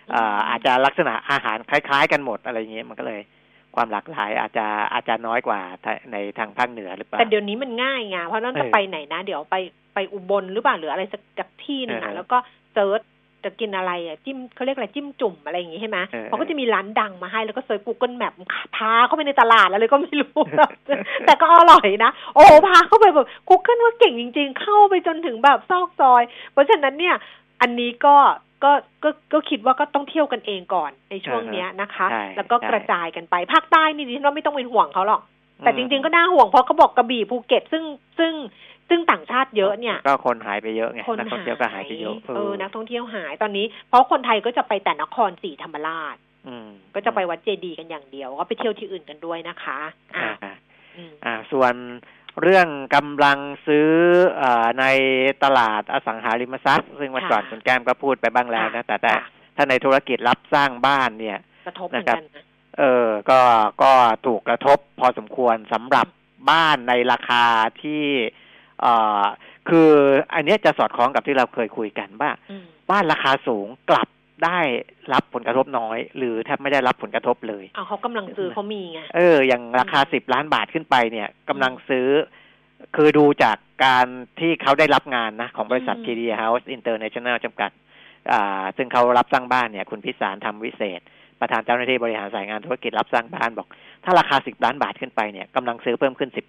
อาจจะลักษณะอาหารคล้ายๆกันหมดอะไรอย่างเงี้ยมันก็เลยความหลากหลายอาจจะน้อยกว่าในทางภาคเหนือหรือเปล่าแต่เดี๋ยวนี้มันง่ายไงเพราะนั่นจะไปไหนนะเดี๋ยวไปอุบลหรือเปล่าหรืออะไรสักที่นึงแล้วก็เซิร์ชจะกินอะไรจิ้มเขาเรียกอะไรจิ้มจุ่มอะไรอย่างงี้ใช่ไหมเขาก็จะมีร้านดังมาให้แล้วก็เซิร์ช Google Map พาเข้าไปในตลาดอะไรก็ไม่รู้ แต่ก็อร่อยนะโอ้พาเข้าไปแบบ Google ว่าเก่งจริงๆเข้าไปจนถึงแบบซอกซอยเพราะฉะนั้นเนี่ยอันนี้ก็คิดว่าก็ต้องเที่ยวกันเองก่อนในช่วงนี้นะคะแล้วก็กระจายกันไปภาคใต้นี่ดิฉันว่าไม่ต้องเป็นห่วงเขาหรอกแต่จริงๆก็น่าห่วงเพราะเขาบอกกระบี่ภูเก็ตซึ่งต่างชาติเยอะเนี่ยก็คนหายไปเยอะไงนักท่องเที่ยวก็หายไปเยอะนักท่องเที่ยวหายตอนนี้เพราะคนไทยก็จะไปแต่นครศรีธรรมราชก็จะไปวัดเจดีย์กันอย่างเดียวก็ไปเที่ยวที่อื่นกันด้วยนะคะส่วนเรื่องกำลังซื้อในตลาดอสังหาริมทรัพย์ซึ่งวันก่อนคุณแก้มก็พูดไปบ้างแล้วนะแต่ถ้าในธุรกิจรับสร้างบ้านเนี่ยกระทบเหมือนกันนะก็ถูกกระทบพอสมควรสำหรับบ้านในราคาที่คืออันนี้จะสอดคล้องกับที่เราเคยคุยกันว่าบ้านราคาสูงกลับได้รับผลกระทบน้อยหรือแทบไม่ได้รับผลกระทบเลยเขากำลังซื้อเขามีไงอย่างราคา10 ล้านบาทขึ้นไปเนี่ยกำลังซื้อคือดูจากการที่เขาได้รับงานนะของบริษัท TD House International จำกัดซึ่งเขารับสร้างบ้านเนี่ยคุณพิสารธรรมวิเศษประธานเจ้าหน้าที่บริหารสายงานธุรกิจรับสร้างบ้านบอกถ้าราคา10 ล้านบาทขึ้นไปเนี่ยกำลังซื้อเพิ่มขึ้น 10%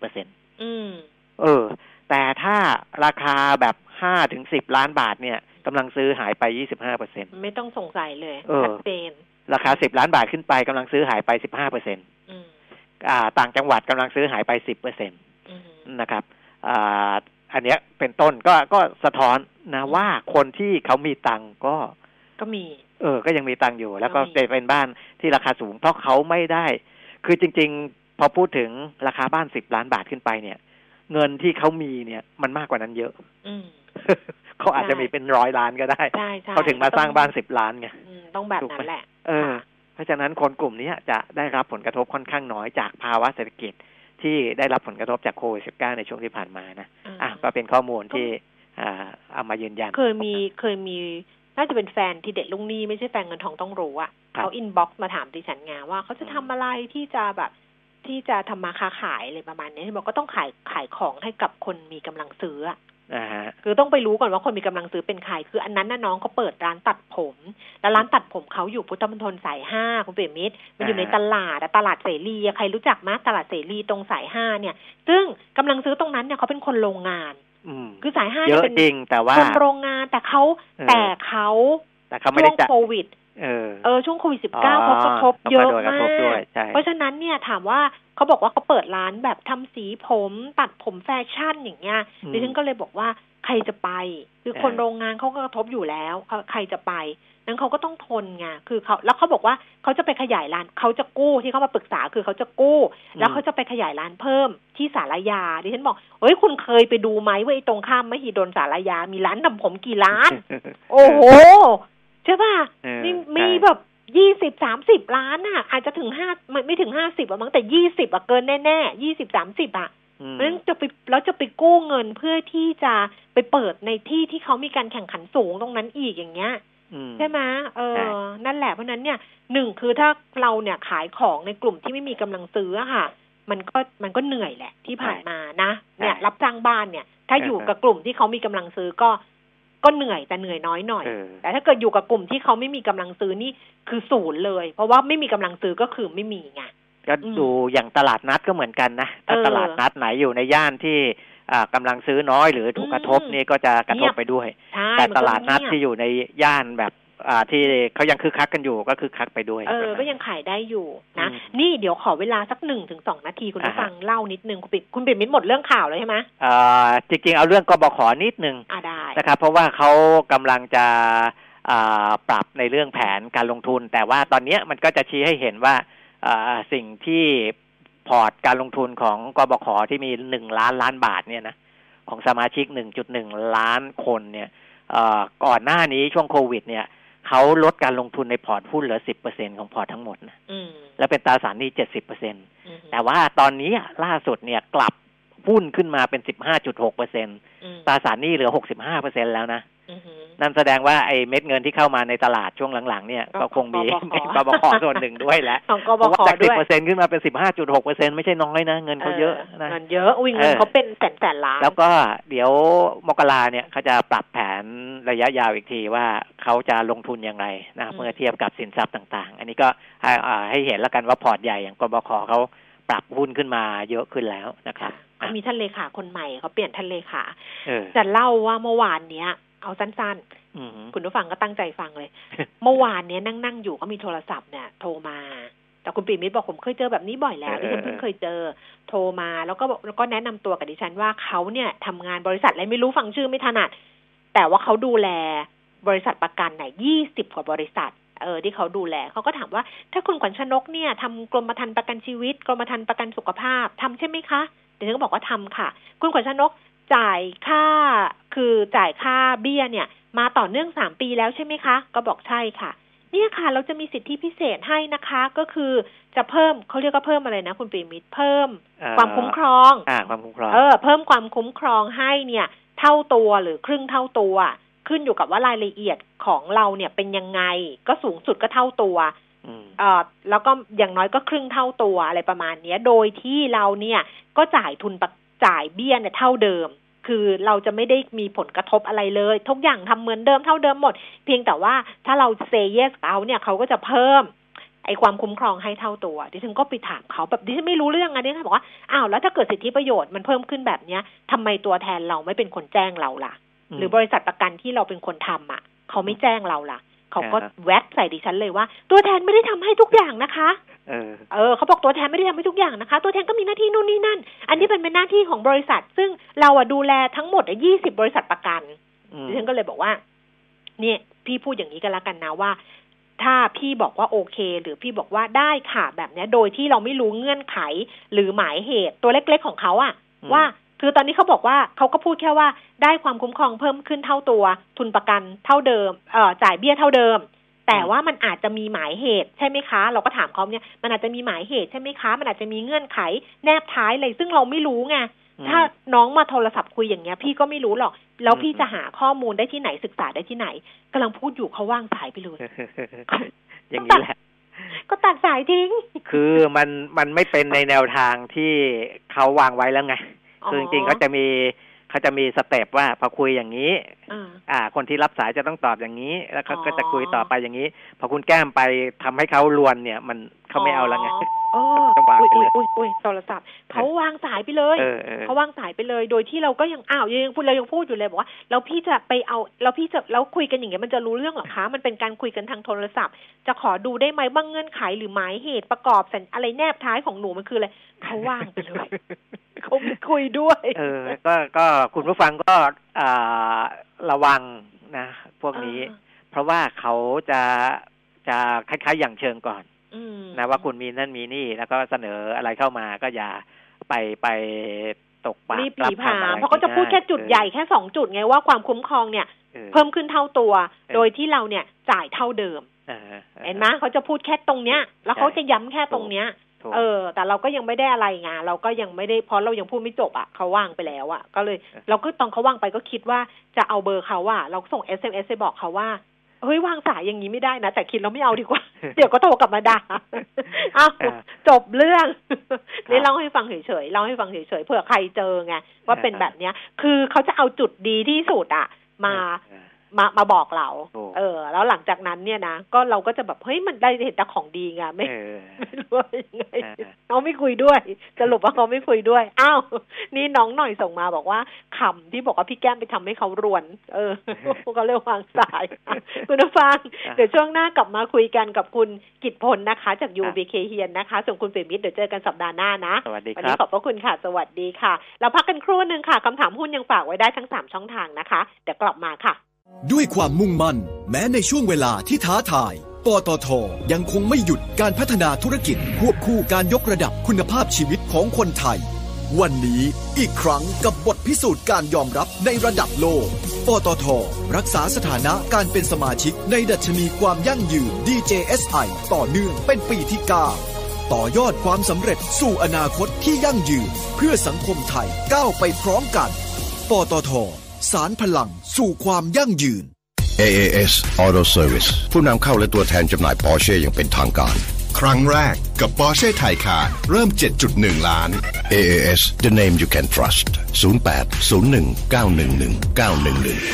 แต่ถ้าราคาแบบ5 ถึง 10 ล้านบาทเนี่ยกำลังซื้อหายไป 25% ไม่ต้องสงสัยเลยชัดเจนราคา10 ล้านบาทขึ้นไปกำลังซื้อหายไป 15% ต่างจังหวัดกำลังซื้อหายไป 10% นะครับอันเนี้ยเป็นต้นก็สะท้อนนะว่าคนที่เขามีตังก็มีก็ยังมีตังอยู่แล้วก็เป็นบ้านที่ราคาสูงเพราะเขาไม่ได้คือจริงๆพอพูดถึงราคาบ้าน10 ล้านบาทขึ้นไปเนี่ยเงินที่เขามีเนี่ยมันมากกว่านั้นเยอะเขาอาจจะมีเป็น100 ล้านก็ได้เขาถึงมาสร้างบ้าน10 ล้านไงต้องแบบนั้นแหละเพราะฉะนั้นคนกลุ่มนี้จะได้รับผลกระทบค่อนข้างน้อยจากภาวะเศรษฐกิจที่ได้รับผลกระทบจากโควิด -19 ในช่วงที่ผ่านมานะก็เป็นข้อมูลที่เอามายืนยันเคยมีน่าจะเป็นแฟนที่เด็ดลุงนี่ไม่ใช่แฟนเงินทองต้องรู้เขาอินบ็อกซ์มาถามดิฉันไงว่าเขาจะทำอะไรที่จะแบบที่จะทำมาค้าขายอะไรประมาณนี้บอกก็ต้องขายของให้กับคนมีกำลังซื้อคือต้องไปรู้ก่อนว่าคนมีกำลังซื้อเป็นใครคืออันนั้นน่ะน้องเขาเปิดร้านตัดผมแล้วร้านตัดผมเขาอยู่พุทธมณฑลสาย5คุณเปียมิตรมันอยู่ในตลาดเสรีใครรู้จักมั้ยตลาดเสรีตรงสาย5เนี่ยซึ่งกำลังซื้อตรงนั้นเนี่ยเขาเป็นคนโรงงานคือสาย5 เนี่ยเป็นจริงแต่ว่าคนโรงงานแต่เขาไม่ได้ช่วงโควิดช่วงโควิด-19เขากระทบเยอะมากเพราะฉะนั้นเนี่ยถามว่าเขาบอกว่าเขาเปิดร้านแบบทำสีผมตัดผมแฟชั่นอย่างเงี้ยดิฉันก็เลยบอกว่าใครจะไปคือคนโรงงานเขาก็กระทบอยู่แล้วใครจะไปนั้นเขาก็ต้องทนไงคือเขาบอกว่าเขาจะไปขยายร้านเขาจะกู้ที่เขามาปรึกษาคือเขาจะกู้แล้วเขาจะไปขยายร้านเพิ่มที่ศาลายาดิฉันบอกเฮ้ยคุณเคยไปดูไหมว่าไอ้ตรงข้ามมหิดลศาลายามีร้านทำผมกี่ร้าน โอ้โหใช่ป่ะนี่มีแบบ20-30 ล้านอาจจะถึงไม่ถึง50มั้งแต่20เกินแน่ๆ20-30เพราะฉะนั้นจะไปกู้เงินเพื่อที่จะไปเปิดในที่ที่เขามีการแข่งขันสูงตรงนั้นอีกอย่างเงี้ยใช่ไหมนั่นแหละเพราะนั้นเนี่ย1คือถ้าเราเนี่ยขายของในกลุ่มที่ไม่มีกำลังซื้อค่ะมันก็เหนื่อยแหละที่ผ่านมานะเนี่ยรับจ้างบ้านเนี่ยถ้าอยู่กับกลุ่มที่เขามีกำลังซื้อก็เหนื่อยแต่เหนื่อยน้อยหน่อยแต่ถ้าเกิดอยู่กับกลุ่มที่เขาไม่มีกำลังซื้อนี่คือ0เลยเพราะว่าไม่มีกำลังซื้อก็คือไม่มีไงก็ดูอย่างตลาดนัดก็เหมือนกันนะถ้าตลาดนัดไหนอยู่ในย่านที่กำลังซื้อน้อยหรือถูกกระทบนี่ก็จะกระทบไปด้วยแต่ตลาดนัดที่อยู่ในย่านแบบที่เขายังคึกคักกันอยู่ก็คึกคักไปด้วยก็ยังขายได้อยู่นะนี่เดี๋ยวขอเวลาสัก 1-2 นาทีคุณผู้ฟังเล่านิดนึงคุณปิ่นมิตรหมดเรื่องข่าวแล้วใช่ไหมจริงๆเอาเรื่องกบข.นิดนึงนะครับเพราะว่าเขากำลังจะปรับในเรื่องแผนการลงทุนแต่ว่าตอนนี้มันก็จะชี้ให้เห็นว่าสิ่งที่พอร์ตการลงทุนของกบข.ที่มี1 ล้านล้านบาทเนี่ยนะของสมาชิก 1.1 ล้านคนเนี่ยก่อนหน้านี้ช่วงโควิดเนี่ยเขาลดการลงทุนในพอร์ตหุ้นเหลือ 10% ของพอร์ตทั้งหมดนะแล้วเป็นตราสารหนี้ 70% แต่ว่าตอนนี้ล่าสุดเนี่ยกลับหุ้นขึ้นมาเป็น 15.6% ตราสารหนี้เหลือ 65% แล้วนะนั่นแสดงว่าไอ้เม็ดเงินที่เข้ามาในตลาดช่วงหลังๆเนี่ยก็คงมีกบข.ส่วนหนึ่งด้วยแหละเพราะว่าจาก 10% ขึ้นมาเป็น 15.6% ไม่ใช่น้อยนะเงินเขาเยอะนะเงินเยอะเงินเขาเป็นแสนล้านแล้วก็เดี๋ยวมกราเนี่ยเขาจะปรับแผนระยะยาวอีกทีว่าเขาจะลงทุนยังไงนะเมื่อเทียบกับสินทรัพย์ต่างๆอันนี้ก็ให้เห็นแล้วกันว่าพอร์ตใหญ่อย่างกบข.เขาปรับหุ้นขึ้นมาเยอะขึ้นแล้วนะครับมีท่านเลขาคนใหม่เขาเปลี่ยนท่านเลขาจะเล่าว่าเมื่อวานเนี้ยเอาสั้นๆคุณผู้ฟังก็ตั้งใจฟังเลย เมื่อวานเนี้ยนั่งอยู่ก็มีโทรศัพท์เนี่ยโทรมาแต่คุณปิ่มมิตรบอกผมเคยเจอแบบนี้บ่อยแล้วดิฉันเพิ่งเคยเจอโทรมาแล้วก็แนะนำตัวกับดิฉันว่าเขาเนี่ยทำงานบริษัทอะไรไม่รู้ฟังชื่อไม่ถนัดแต่ว่าเขาดูแลบริษัทประกันเนี่ย20 กว่าบริษัทที่เขาดูแลเขาก็ถามว่าถ้าคุณขวัญชนกเนี่ยทำกรมธรรม์ประกันชีวิตกรมธรรม์ประกันสุขภาพทำใช่ไหมคะเดี๋ยวฉันก็บอกว่าทำค่ะคุณขวัญชนกจ่ายค่าเบี้ยเนี่ยมาต่อเนื่อง3 ปีแล้วใช่ไหมคะก็บอกใช่ค่ะเนี่ยค่ะเราจะมีสิทธิพิเศษให้นะคะก็คือจะเพิ่มเขาเรียกว่าเพิ่มอะไรนะคุณปิ่มมิตรเพิ่มความคุ้มครองความคุ้มครองเพิ่มความคุ้มครองให้เนี่ยเท่าตัวหรือครึ่งเท่าตัวขึ้นอยู่กับว่ารายละเอียดของเราเนี่ยเป็นยังไงก็สูงสุดก็เท่าตัวแล้วก็อย่างน้อยก็ครึ่งเท่าตัวอะไรประมาณนี้โดยที่เราเนี่ยก็จ่ายเบี้ยเนี่ยเท่าเดิมคือเราจะไม่ได้มีผลกระทบอะไรเลยทุกอย่างทำเหมือนเดิมเท่าเดิมหมดเพียงแต่ว่าถ้าเราเซย์เยสเขาเนี่ยเขาก็จะเพิ่มไอ้ความคุ้มครองให้เท่าตัวดิฉันก็ไปถามเขาแบบดิฉันไม่รู้เรื่องดิฉันบอกว่าอ้าวแล้วถ้าเกิดสิทธิประโยชน์มันเพิ่มขึ้นแบบเนี้ยทำไมตัวแทนเราไม่เป็นคนแจ้งเราล่ะหรือบริษัทประกันที่เราเป็นคนทำเขาไม่แจ้งเราล่ะเขาก็แวะใส่ดิฉันเลยว่าตัวแทนไม่ได้ทำให้ทุกอย่างนะคะเขาบอกตัวแทนไม่ได้ทำให้ทุกอย่างนะคะตัวแทนก็มีหน้าที่นู่นนี่นั่นอันนี้เป็นหน้าที่ของบริษัทซึ่งเราดูแลทั้งหมด20 บริษัทประกันดิฉันก็เลยบอกว่าเนี่ยพี่พูดอย่างนี้กันแล้วกันนะว่าถ้าพี่บอกว่าโอเคหรือพี่บอกว่าได้ค่ะแบบนี้โดยที่เราไม่รู้เงื่อนไขหรือหมายเหตุตัวเล็กๆของเขาว่าคือตอนนี้เขาบอกว่าเขาก็พูดแค่ว่าได้ความคุ้มครองเพิ่มขึ้นเท่าตัวทุนประกันเท่าเดิมจ่ายเบี้ยเท่าเดิมแต่ว่ามันอาจจะมีหมายเหตุใช่ไหมคะเราก็ถามเขาเนี่ยมันอาจจะมีหมายเหตุใช่ไหมคะมันอาจจะมีเงื่อนไขแนบท้ายอะไรซึ่งเราไม่รู้ไงถ้าน้องมาโทรศัพท์คุยอย่างเงี้ยพี่ก็ไม่รู้หรอกแล้วพี่จะหาข้อมูลได้ที่ไหนศึกษาได้ที่ไหนกำลังพูดอยู่เขาว่างสายไปเลยอย่างนี้แหละก็ตัดสายทิ้งคือมันไม่เป็นในแนวทางที่เขาวางไว้แล้วไงคือจริงๆเขาจะมีสเต็ปว่าพอคุยอย่างนี้คนที่รับสายจะต้องตอบอย่างนี้แล้วเขาก็จะคุยต่อไปอย่างนี้พอคุณแก้มไปทำให้เขาลวนเนี่ยมันเขาไม่เอาแล้วไงอุ้ยโทรศัพท์เขาวางสายไปเลยเขาวางสายไปเลยโดยที่เราก็ยังยังพูดอยู่เลยบอกว่าแล้วพี่จะไปเอาแล้วพี่จะแล้วคุยกันอย่างเงี้ยมันจะรู้เรื่องหรอคะมันเป็นการคุยกันทางโทรศัพท์จะขอดูได้ไหมบ้างเงื่อนไขหรือหมายเหตุประกอบอะไรแนบท้ายของหนูมันคืออะไรเขาวางไปเลยเขาไม่คุยด้วยก็คุณผู้ฟังก็ระวังนะพวกนี้เพราะว่าเขาจะคล้ายๆอย่างเชิงก่อนนะว่าคุณมีนั่นมีนี่แล้วก็เสนออะไรเข้ามาก็อย่าไปตกปากรับคำเพราะเขาจะพูดแค่จุดใหญ่แค่2 จุดไงว่าความคุ้มครองเนี่ยเพิ่มขึ้นเท่าตัวโดยที่เราเนี่ยจ่ายเท่าเดิมเห็นไหมเขาจะพูดแค่ตรงเนี้ยแล้วเขาจะย้ำแค่ตรงเนี้ยแต่เราก็ยังไม่ได้อะไรไงเราก็ยังไม่ได้เพราะเรายังพูดไม่จบเขาว่างไปแล้วก็เลยเราก็ตอนเขาว่างไปก็คิดว่าจะเอาเบอร์เขาเราส่ง SMS ไปบอกเขาว่าเฮ้ยวางสายอย่างนี้ไม่ได้นะแต่คิดเราไม่เอาดีกว่า เดี๋ยวก็โทรกลับมาด่าจบเรื่องนี่เล่าให้ฟังเฉยๆเล่าให้ฟังเฉยๆเผื่อใครเจอไงว่าเป็นแบบเนี้ยคือเขาจะเอาจุดดีที่สุดมาบอกเราแล้วหลังจากนั้นเนี่ยนะก็เราก็จะแบบเฮ้ยมันได้เห็นแต่ของดีไงไม่รู้ยังไงเขาไม่คุยด้วยสรุปว่าเขาไม่คุยด้วยอ้าวนี่น้องหน่อยส่งมาบอกว่าคำที่บอกว่าพี่แก้มไปทำให้เขารวนก็เรียกวางสายคุณผู้ฟังเดี๋ยวช่วงหน้ากลับมาคุยกันกับคุณกิตพลนะคะจาก UBK เฮียนนะคะส่วนคุณเปรมิตรเดี๋ยวเจอกันสัปดาห์หน้านะวันนี้ขอบพระคุณค่ะสวัสดีค่ะเราพักกันครู่นึงค่ะคำถามหุ้นยังฝากไว้ได้ทั้ง3ช่องทางนะคะเดี๋ยวกลับมาค่ะด้วยความมุ่งมั่นแม้ในช่วงเวลาที่ท้าทายปตท.ยังคงไม่หยุดการพัฒนาธุรกิจควบคู่การยกระดับคุณภาพชีวิตของคนไทยวันนี้อีกครั้งกับบทพิสูจน์การยอมรับในระดับโลกปตท.รักษาสถานะการเป็นสมาชิกในดัชนีความยั่งยืน DJSI ต่อเนื่องเป็นปีที่9ปต่อยอดความสำเร็จสู่อนาคตที่ยั่งยืนเพื่อสังคมไทยก้าวไปพร้อมกันปตท.สานพลังสู่ความยั่งยืน AAS Auto Service ผู้นำเข้าและตัวแทนจำหน่าย Porsche อย่างเป็นทางการครั้งแรกกับ Porsche Taycan เริ่ม 7.1 ล้าน AAS The name you can trust 0801911911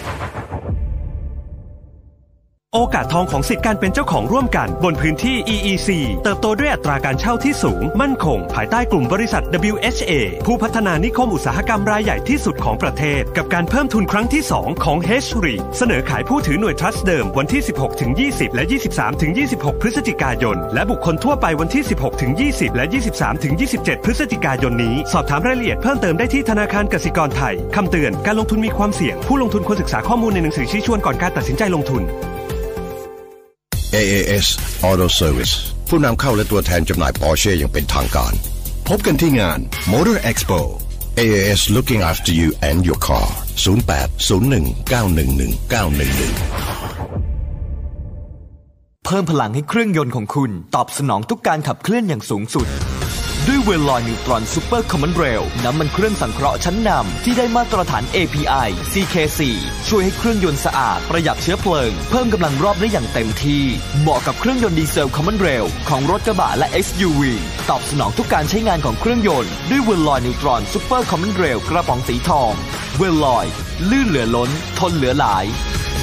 โอกาสทองของสิทธิการเป็นเจ้าของร่วมกันบนพื้นที่ EEC เติบโตด้วยอัตราการเช่าที่สูงมั่นคงภายใต้กลุ่มบริษัท WHA ผู้พัฒนานิคมอุตสาหกรรมรายใหญ่ที่สุดของประเทศกับการเพิ่มทุนครั้งที่ 2 ของ HRE เสนอขายผู้ถือหน่วยทรัสต์เดิมวันที่ 16-20 และ 23-26 พฤศจิกายนและบุคคลทั่วไปวันที่ 16-20 และ 23-27 พฤศจิกายนนี้สอบถามรายละเอียดเพิ่มเติมได้ที่ธนาคารกสิกรไทยคำเตือนการลงทุนมีความเสี่ยงผู้ลงทุนควรศึกษาข้อมูลในหนังสือชี้ชวนก่อนการตัดสินใจลงทุน AAS Auto Service ผู้นำเข้าและตัวแทนจำหน่าย Porsche อย่างเป็นทางการพบกันที่งาน Motor Expo AAS looking after you and your car 0801911911 เพิ่มพลังให้เครื่องยนต์ของคุณตอบสนองทุกการขับเคลื่อนอย่างสูงสุดด้วยเวลลอยนิวตรอนซูเปอร์คอมมอนเรลน้ำมันเครื่องสังเคราะห์ชั้นนำที่ได้มาตรฐาน API CK4 ช่วยให้เครื่องยนต์สะอาดประหยัดเชื้อเพลิงเพิ่มกำลังรอบได้อย่างเต็มที่เหมาะกับเครื่องยนต์ดีเซลคอมมอนเรลของรถกระบะและ SUV ตอบสนองทุกการใช้งานของเครื่องยนต์ด้วยเวลลอยนิวตรอนซูเปอร์คอมมอนเรลกระป๋องสีทองเวลลอยลื่นเหลือล้นทนเหลือหลาย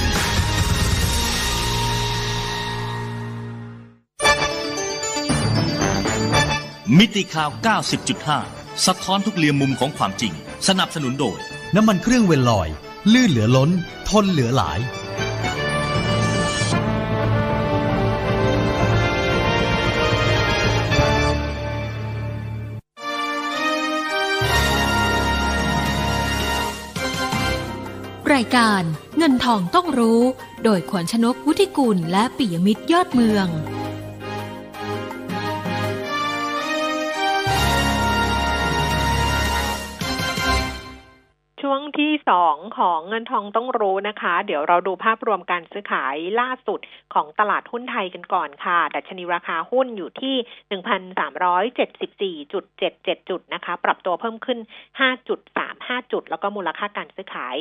มิติข่าว 90.5 สะท้อนทุกเหลี่ยมมุมของความจริงสนับสนุนโดยน้ำมันเครื่องเวลลอยลื่นเหลือล้นทนเหลือหลายรายการเงินทองต้องรู้โดยขวัญชนกวุฒิกุลและปิยมิตรยอดเมืองช่วงที่2ของเงินทองต้องรู้นะคะเดี๋ยวเราดูภาพรวมการซื้อขายล่าสุดของตลาดหุ้นไทยกันก่อนค่ะดัชนีราคาหุ้นอยู่ที่ 1,374.77 จุดนะคะปรับตัวเพิ่มขึ้น 5.35 จุดแล้วก็มูลค่าการซื้อขาย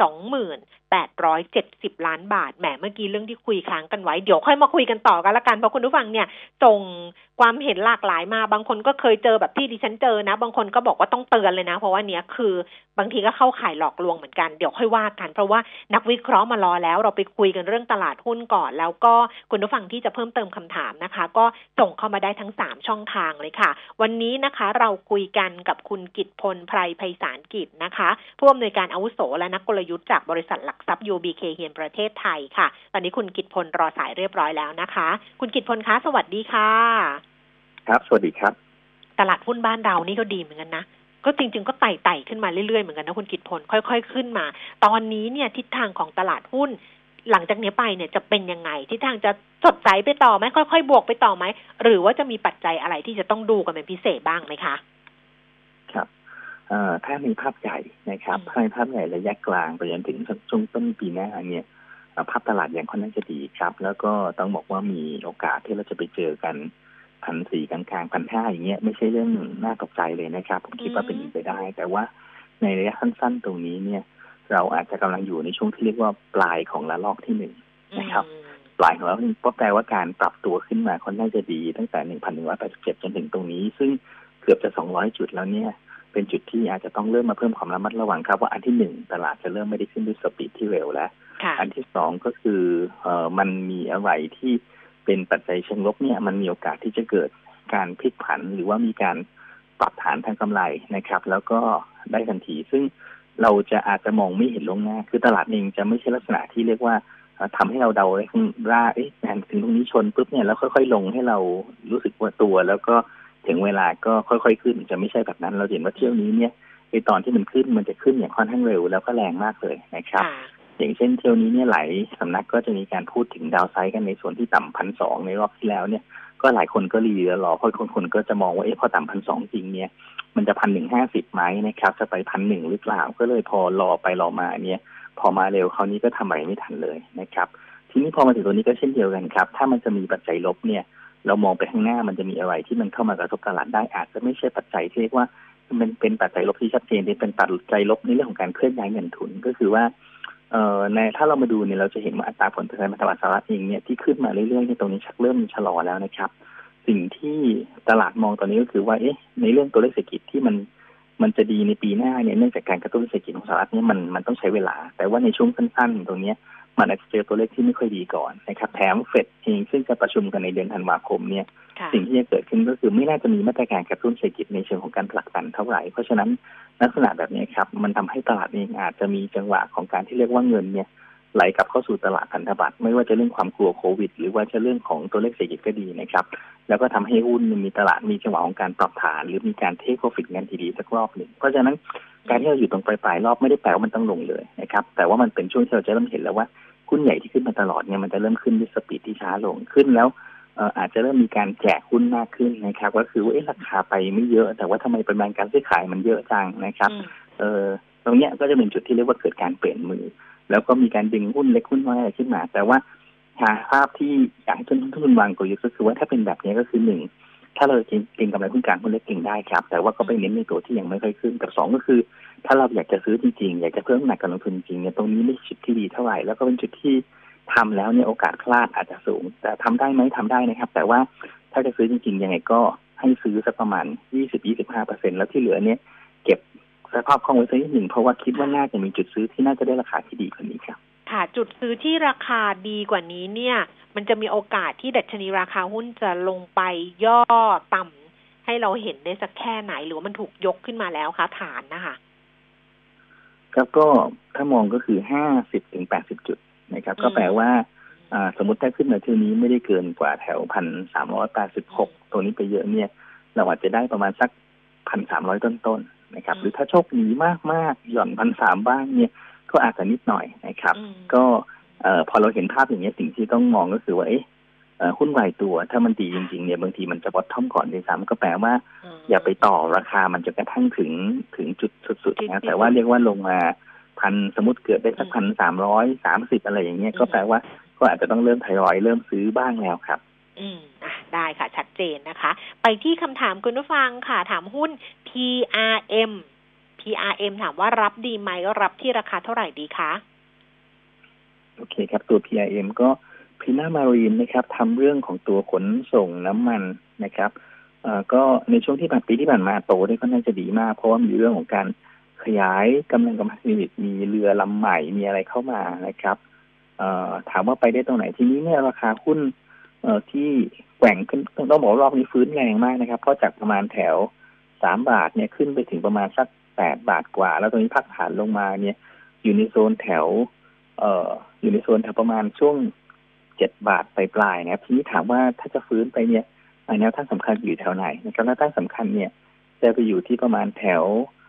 2870 ล้านบาทแหมเมื่อกี้เรื่องที่คุยค้างกันไว้เดี๋ยวค่อยมาคุยกันต่อกันละกันเพราะคุณผู้ฟังเนี่ยส่งความเห็นหลากหลายมาบางคนก็เคยเจอแบบที่ดิฉันเจอนะบางคนก็บอกว่าต้องเตือนเลยนะเพราะว่าเนี้ยคือบางทีก็เข้าข่ายหลอกลวงเหมือนกันเดี๋ยวค่อยว่ากันเพราะว่านักวิเคราะห์มารอแล้วเราไปคุยกันเรื่องตลาดหุ้นก่อนแล้วก็คุณผู้ฟังที่จะเพิ่มเติมคำถามนะคะก็ส่งเข้ามาได้ทั้ง3ช่องทางเลยค่ะวันนี้นะคะเราคุยกันกับคุณกิตพลไพรไพศาลกิจนะคะผู้อำนวยการอาวุโสและนักกลยุทธ์จากบริษัทหลักทรัพย์ UBK เฮียนประเทศไทยค่ะตอนนี้คุณกิตพลรอสายเรียบร้อยแล้วนะคะคุณกิตพลคะสวัสดีค่ะครับสวัสดีครับตลาดหุ้นบ้านเรานี่ก็ดีเหมือนกันนะก็จริงๆก็ไต่ขึ้นมาเรื่อยๆเหมือนกันนะคุณกิตพลค่อยๆขึ้นมาตอนนี้เนี่ยทิศทางของตลาดหุ้นหลังจากนี้ไปเนี่ยจะเป็นยังไงทิศทางจะสดใสไปต่อไหมค่อยๆบวกไปต่อไหมหรือว่าจะมีปัจจัยอะไรที่จะต้องดูกันเป็นพิเศษบ้างไหมคะครับถ้ามีภาพใหญ่นะครับถ้ามีภาพใหญ่ระยะกลางไปจนถึงช่วงต้นปีหน้าเนี่ยภาพตลาดยังค่อนข้างจะดีครับแล้วก็ต้องบอกว่ามีโอกาสที่เราจะไปเจอกัน 1,400 กลางๆ 1,500 อย่างเงี้ยไม่ใช่เรื่องน่าตกใจเลยนะครับผมคิดว่าเป็นไปได้แต่ว่าในระยะสั้นๆตรงนี้เนี่ยเราอาจจะกำลังอยู่ในช่วงที่เรียกว่าปลายของระลอกที่1นะครับปลายของระลอกที่ก็แปลว่าการปรับตัวขึ้นมาค่อนข้างจะดีตั้งแต่ 1,187 จนถึงตรงนี้ซึ่งเกือบจะ200จุดแล้วเนี่ยเป็นจุดที่อาจจะต้องเริ่มมาเพิ่มความระมัดระวังครับว่าอันที่1ตลาดจะเริ่มไม่ได้ขึ้นด้วยสปีดที่เร็วแล้วอันที่2ก็คือมันมีอะไรที่เป็นปัจจัยเชิงลบเนี่ยมันมีโอกาสที่จะเกิดการพลิกผันหรือว่ามีการปรับฐานทางกำไรนะครับแล้วก็ได้ทันทีซึ่งเราจะอาจจะมองไม่เห็นล่วงหน้าคือตลาดเองจะไม่ใช่ลักษณะที่เรียกว่าทำให้เราเดาได้ว่าถึงตรงนี้ชนปุ๊บเนี่ยแล้วค่อยๆลงให้เรารู้สึกว่าตัวแล้วก็ถึงเวลาก็ค่อยๆขึ้นจะไม่ใช่แบบนั้นเราเห็นว่าเที่ยวนี้เนี่ยไอ้ตอนที่มันขึ้นมันจะขึ้นอย่างค่อนข้างเร็วแล้วก็แรงมากเลยนะครับอย่างเช่นเที่ยวนี้เนี่ยหลายสำนักก็จะมีการพูดถึงดาวไซด์กันในส่วนที่ต่ำ 1,200 ในรอบที่แล้วเนี่ยก็หลายคนก็รีวิวรอเพราะคนก็จะมองว่าพอต่ำ 1,200 จริงเนี่ยมันจะ 1,150 ไหมนะครับจะไป 1,100 หรือเปล่าก็เลยพอรอไปรอมาเนี่ยพอมาเร็วคราวนี้ก็ทำอะไรไม่ทันเลยนะครับทีนี้พอมาถึงตัวนี้ก็เช่นเดียวกันครับถ้ามันจะมีปัจจัยลบเนี่ยเรามองไปข้างหน้ามันจะมีอะไรที่มันเข้ามากระทบตลาดได้อาจจะไม่ใช่ปัจจัยที่เรียกว่ามันเป็นปัจจัยลบที่ชัดเจนเป็นปัจจัยลบในเรื่องของการเคลื่อนย้ายเงินทุนก็คือว่าในถ้าเรามาดูเนี่ยเราจะเห็นว่าอัตราผลตอบแทนพันธบัตรสหรัฐเองเนี่ยที่ขึ้นมาเรื่อยๆในตรงนี้ชักเริ่มชะลอแล้วนะครับสิ่งที่ตลาดมองตอนนี้ก็คือว่าในเรื่องตัวเลขเศรษฐกิจที่มันจะดีในปีหน้าเนี่ยเนื่องจากการกระตุ้นเศรษฐกิจของสหรัฐเนี่ยมันต้องใช้เวลาแต่ว่าในช่วงสั้นๆตรงนี้มันอาจจะเจอตัวเลขที่ไม่ค่อยดีก่อนนะครับแถมเฟดเองซึ่งจะประชุมกันในเดือนธันวาคมเนี่ยสิ่งที่จะเกิดขึ้นก็คือไม่น่าจะมีมาตรการกระตุ้นเศรษฐกิจในเชิงของการผลักดันเท่าไหร่เพราะฉะนั้นลักษณะแบบนี้ครับมันทำให้ตลาดเองอาจจะมีจังหวะของการที่เรียกว่าเงินเนี่ยไหลกลับเข้าสู่ตลาดพันธบัตรไม่ว่าจะเรื่องความกลัวโควิดหรือว่าจะเรื่องของตัวเลขเศรษฐกิจก็ดีนะครับแล้วก็ทำให้หุ้นมีตลาดมีจังหวะของการปรับฐานหรือมีการเทคโปรฟิตกันทีดีสักรอบหนึ่งเพราะฉะนั้นการที่เราอยู่ตรงปลายรอบไม่ได้แปลว่ามันต้องลงเลยนะครับแต่ว่ามันเป็นช่วงที่เราจะเริ่มเห็นแล้วว่าหุ้นใหญ่ที่ขึ้นมาตลอดเนี่ยมันจะเริ่มขึ้นด้วยสปีดที่ช้าลงขึ้นแล้วอาจจะเริ่มมีการแจกหุ้นมากขึ้นนะครับก็คือว่าราคาไปไม่เยอะแต่ว่าทำไมปริมาณการซื้อขายมันเยอะจังนะครับตรงเนี้ยก็จะเป็นจุดที่เรียกว่าเกิดการเปลี่ยนมือแล้วก็มีการดึงหุ้นเล็กหุ้นน้อยอะไรขึ้นมาแต่ว่าภาพที่อยากให้ทุนวางกลยุทธ์ก็คือว่าถ้าเป็นแบบนี้ก็คือ1ถ้าเราเก็งกำไรหุ้นกลางหุ้นเล็กเก็งได้ครับแต่ว่าก็ไปเน้นในตัวที่ยังไม่ค่อยขึ้นกับ2ก็คือถ้าเราอยากจะซื้อจริงๆอยากจะเพิ่มน้ำหนักการลงทุนจริงเนี่ยตรงนี้ไม่ใช่จุดที่ดีเท่าไหร่แล้วก็เป็นจุดที่ทำแล้วเนี่ยโอกาสพลาดอาจจะสูงแต่ทำได้ไหมทำได้นะครับแต่ว่าถ้าจะซื้อจริงๆยังไงก็ให้ซื้อสักประมาณ 20-25% แล้วที่เหลือเนี่ยเก็บสภาพคล่องไว้สักนิดหนึ่งเพราะว่าคิดว่าน่าจะมีจุดซื้อที่น่าจะได้ราคาที่ดีกว่านี้ครับค่ะจุดซื้อที่ราคาดีกว่านี้เนี่ยมันจะมีโอกาสที่ดัชนีราคาหุ้นจะลงไปย่อต่ำให้เราเห็นได้สักแค่ไหนหรือว่ามันถูกยกขึ้นมาแล้วคะฐานนะคะครับก็ถ้ามองก็คือ 50-80 จุดนะครับก็แปลว่าสมมติถ้าขึ้นมาเท่านี้ไม่ได้เกินกว่าแถว 1,386 ตัวนี้ไปเยอะเนี่ยเราอาจจะได้ประมาณสัก 1,300 ต้นๆนะครับหรือถ้าโชคดีมากๆหย่อน 1,300 บ้างเนี่ยก็อาจจะนิดหน่อยนะครับก็พอเราเห็นภาพอย่างนี้สิ่งที่ต้องมองก็คือว่าหุ้นรายตัวถ้ามันดีจริงๆเนี่ยบางทีมันจะบอททอมก่อนด้วยซ้ำก็แปลว่าอย่าไปต่อราคามันจะกระทั่งถึงจุดสุดๆนะแต่ว่าเรียกว่าลงมาสมมติเกิดได้สัก 1,330 อะไรอย่างเงี้ยก็แปลว่าก็อาจจะต้องเริ่มทยอยเริ่มซื้อบ้างแล้วครับได้ค่ะชัดเจนนะคะไปที่คำถามคุณผู้ฟังค่ะถามหุ้น PRM ถามว่ารับดีไหมก็รับที่ราคาเท่าไหร่ดีคะโอเคครับตัว PRM ก็พีน่ามารีนนะครับทำเรื่องของตัวขนส่งน้ำมันนะครับก็ในช่วงที่ปีที่ผ่านมาโตได้ก็น่าจะดีมากเพราะว่ามีเรื่องของการขยายกำลังการผลิตมีเรือลำใหม่มีอะไรเข้ามานะครับถามว่าไปได้ตรงไหนทีนี้เนี่ยราคาหุ้นที่แกว่งขึ้นต้องบอกรอบนี้ฟื้นแรงมากนะครับเพราะจากประมาณแถว3 บาทเนี่ยขึ้นไปถึงประมาณสัก8 บาทกว่าแล้วตรงนี้พักฐานลงมาเนี่ยอยู่ในโซนแถวประมาณช่วง7 บาทปลายๆนะครับทีนี้ถามว่าถ้าจะฟื้นไปเนี่ยแนวต้านสำคัญอยู่แถวไหนนะครับแนวต้านสำคัญเนี่ยจะไปอยู่ที่ประมาณแถว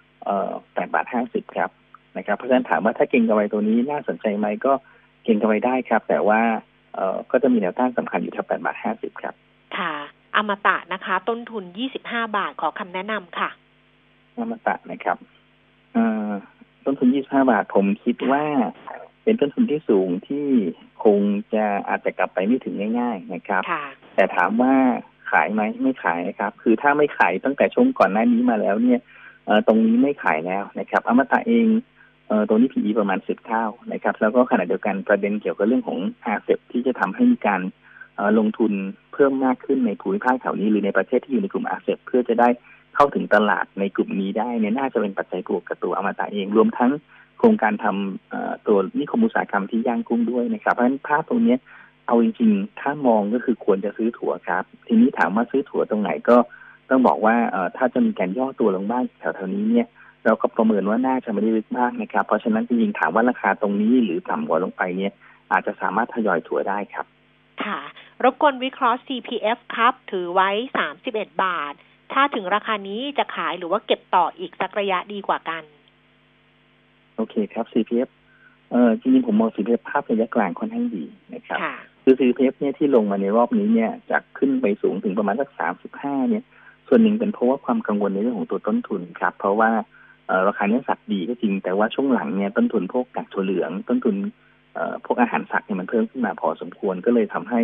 8.50 บาทครับนะครับเพราะฉะนั้นถามว่าถ้าเก็งกำไรตัวนี้น่าสนใจไหมก็เก็งกำไรได้ครับแต่ว่าก็จะมีแนวต้านสำคัญอยู่ที่8.50 บาทครับค่ะอมตะนะคะต้นทุน25 บาทขอคำแนะนำค่ะอมตะนะครับต้นทุน25 บาทผมคิดว่าเป็นต้นทุนที่สูงที่คงจะอาจจะกลับไปไม่ถึงง่ายๆนะครับแต่ถามว่าขายไหมไม่ขายนะครับคือถ้าไม่ขายตั้งแต่ช่วงก่อนหน้านี้มาแล้วเนี่ยตรงนี้ไม่ขายแล้วนะครับอมตะเองตรงนี้ PE ประมาณ10 เท่านะครับแล้วก็ขณะเดียวกันประเด็นเกี่ยวกับเรื่องของอาเซทที่จะทำให้มีการลงทุนเพิ่มมากขึ้นในภูมิภาคแถวนี้หรือในประเทศที่อยู่ในกลุ่มอาเซทเพื่อจะได้เข้าถึงตลาดในกลุ่มนี้ได้เนี่ยน่าจะเป็นปัจจัยบวกกับตัวอมตะเองรวมทั้งโครงการทำตัวนิคมอุตสาหกรรมที่ย่างกุ้งด้วยนะครับเพราะฉะนั้นภาพตรงนี้เอาจริงๆถ้ามองก็คือควรจะซื้อถั่วครับทีนี้ถามว่าซื้อถั่วตรงไหนก็ต้องบอกว่าถ้าจะมีการย่อตัวลงบ้างแถวๆนี้เนี่ยเราก็ประเมินว่าน่าจะไม่ได้ลึกมากนะครับเพราะฉะนั้นจริงๆถามว่าราคาตรงนี้หรือต่ำกว่าลงไปเนี่ยอาจจะสามารถทยอยถั่วได้ครับค่ะรบกวนวิเคราะห์ CPF ครับถือไว้31 บาทถ้าถึงราคานี้จะขายหรือว่าเก็บต่ออีกสักระยะดีกว่ากันโอเคครับ CPF จริงๆผมมอง CPF ภาพระยะกลางค่อนข้างดีนะครับคือ CPF เนี่ยที่ลงมาในรอบนี้เนี่ยจากขึ้นไปสูงถึงประมาณสัก35เนี่ยส่วนหนึ่งเป็นเพราะว่าความกังวลในเรื่องของตัวต้นทุนครับเพราะว่าราคาเนื้อสัตว์ดีก็จริงแต่ว่าช่วงหลังเนี่ยต้นทุนพวกกากถั่วเหลืองต้นทุนพวกอาหารสัตว์เนี่ยมันเพิ่มขึ้นมาพอสมควรก็เลยทำให้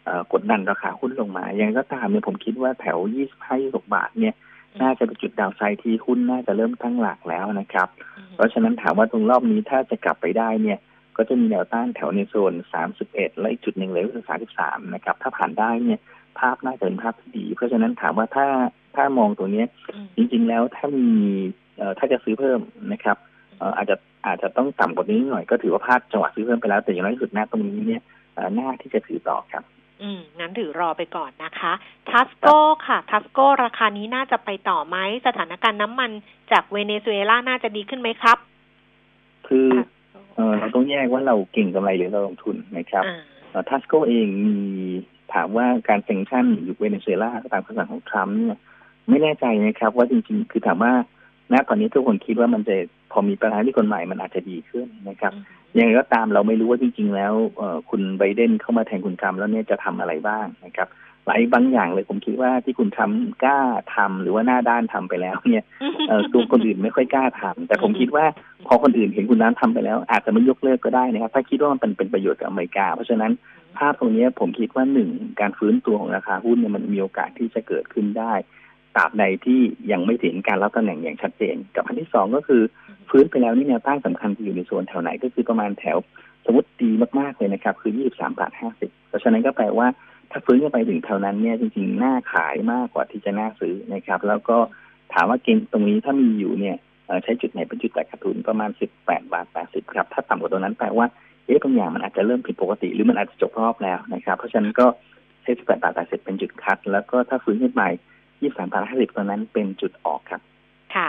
กดดันราคาหุ้นลงมายังก็ตามเนี่ยผมคิดว่าแถว25-26 บาทเนี่ยน่าจะเป็นจุดดาวไซด์ที่หุ้นน่าจะเริ่มตั้งหลักแล้วนะครับเพราะฉะนั้นถามว่าตรงรอบนี้ถ้าจะกลับไปได้เนี่ยก็จะมีแนวต้านแถวในโซน31และอีกจุดหนึ่งเลยก็คือ33นะครับถ้าผ่านได้เนี่ยภาพน่าจะเป็นภาพที่ดีเพราะฉะนั้นถามว่าถ้ามองตรงนี้จริงๆแล้วถ้ามีถ้าจะซื้อเพิ่มนะครับอาจจะต้องต่ำกว่านี้หน่อยก็ถือว่าพลาดจังหวะซื้อเพิ่มไปแล้วแต่อย่างน้อยที่สุดตรงนี้เนี่ยน่าที่จะถือต่อครับงั้นถือรอไปก่อนนะคะทัสโก้ค่ะทัสโก้ราคานี้น่าจะไปต่อไหมสถานการณ์น้ำมันจากเวเนซุเอลาน่าจะดีขึ้นไหมครับคือเราต้องแยกว่าเราเก่งกำไรหรือเราลงทุนนะครับทัสโก้เองมีถามว่าการแซงชั่นอยู่เวเนซุเอลาตามคำสั่งของทรัมป์เนี่ยไม่แน่ใจนะครับว่าจริงๆคือถามว่าณตอนนี้ทุกคนคิดว่ามันจะพอมีประธานาธิบดีคนใหม่มันอาจจะดีขึ้นนะครับยังไงก็ตามเราไม่รู้ว่าจริงๆแล้วคุณไบเดนเข้ามาแทนคุณทรัมป์แล้วเนี่ยจะทำอะไรบ้างนะครับหลายบางอย่างเลยผมคิดว่าที่คุณทรัมป์กล้าทำหรือว่าหน้าด้านทำไปแล้วเนี่ยตัวคนอื่นไม่ค่อยกล้าทำแต่ผมคิดว่าพอคนอื่นเห็นคุณนั้นทำไปแล้วอาจจะไม่ยกเลิกก็ได้นะครับถ้าคิดว่ามันเป็นประโยชน์กับอเมริกาเพราะฉะนั้นภาพตรงนี้ผมคิดว่า1การฟื้นตัวของราคาหุ้นเนี่ยมันมีโอกาสที่จะเกิดขึ้นได้ตราบใดที่ยังไม่ถึงการรับตำแหน่งอย่างชัดเจนกับอันที่2ก็คือฟื้นไปแล้วนี่แนวต้านสำคัญอยู่ในโซนแถวไหนก็คือประมาณแถวสมมติดีมากๆเลยนะครับคือ23.50 เพราะฉะนั้นก็แปลว่าถ้าฟื้นขึ้นไปถึงแถวนั้นเนี่ยจริงๆน่าขายมากกว่าที่จะน่าซื้อนะครับแล้วก็ถามว่าเก็งตรงนี้ถ้ามีอยู่เนี่ยใช้จุดไหนเป็นจุดตัดขาดทุนประมาณ18.80 ครับถ้าต่ำกว่าตัวนั้นแปลว่าบางอย่างมันอาจจะเริ่มผิดปกติหรือมันอาจจะจบรอบแล้วนะครับเพราะฉะนั้นก็ใช้18.80เป็นจุดคัดแล้วก็ถ้าฟื้นขึ้นไป23.50 ตอนนั้นเป็นจุดออกครับค่ะ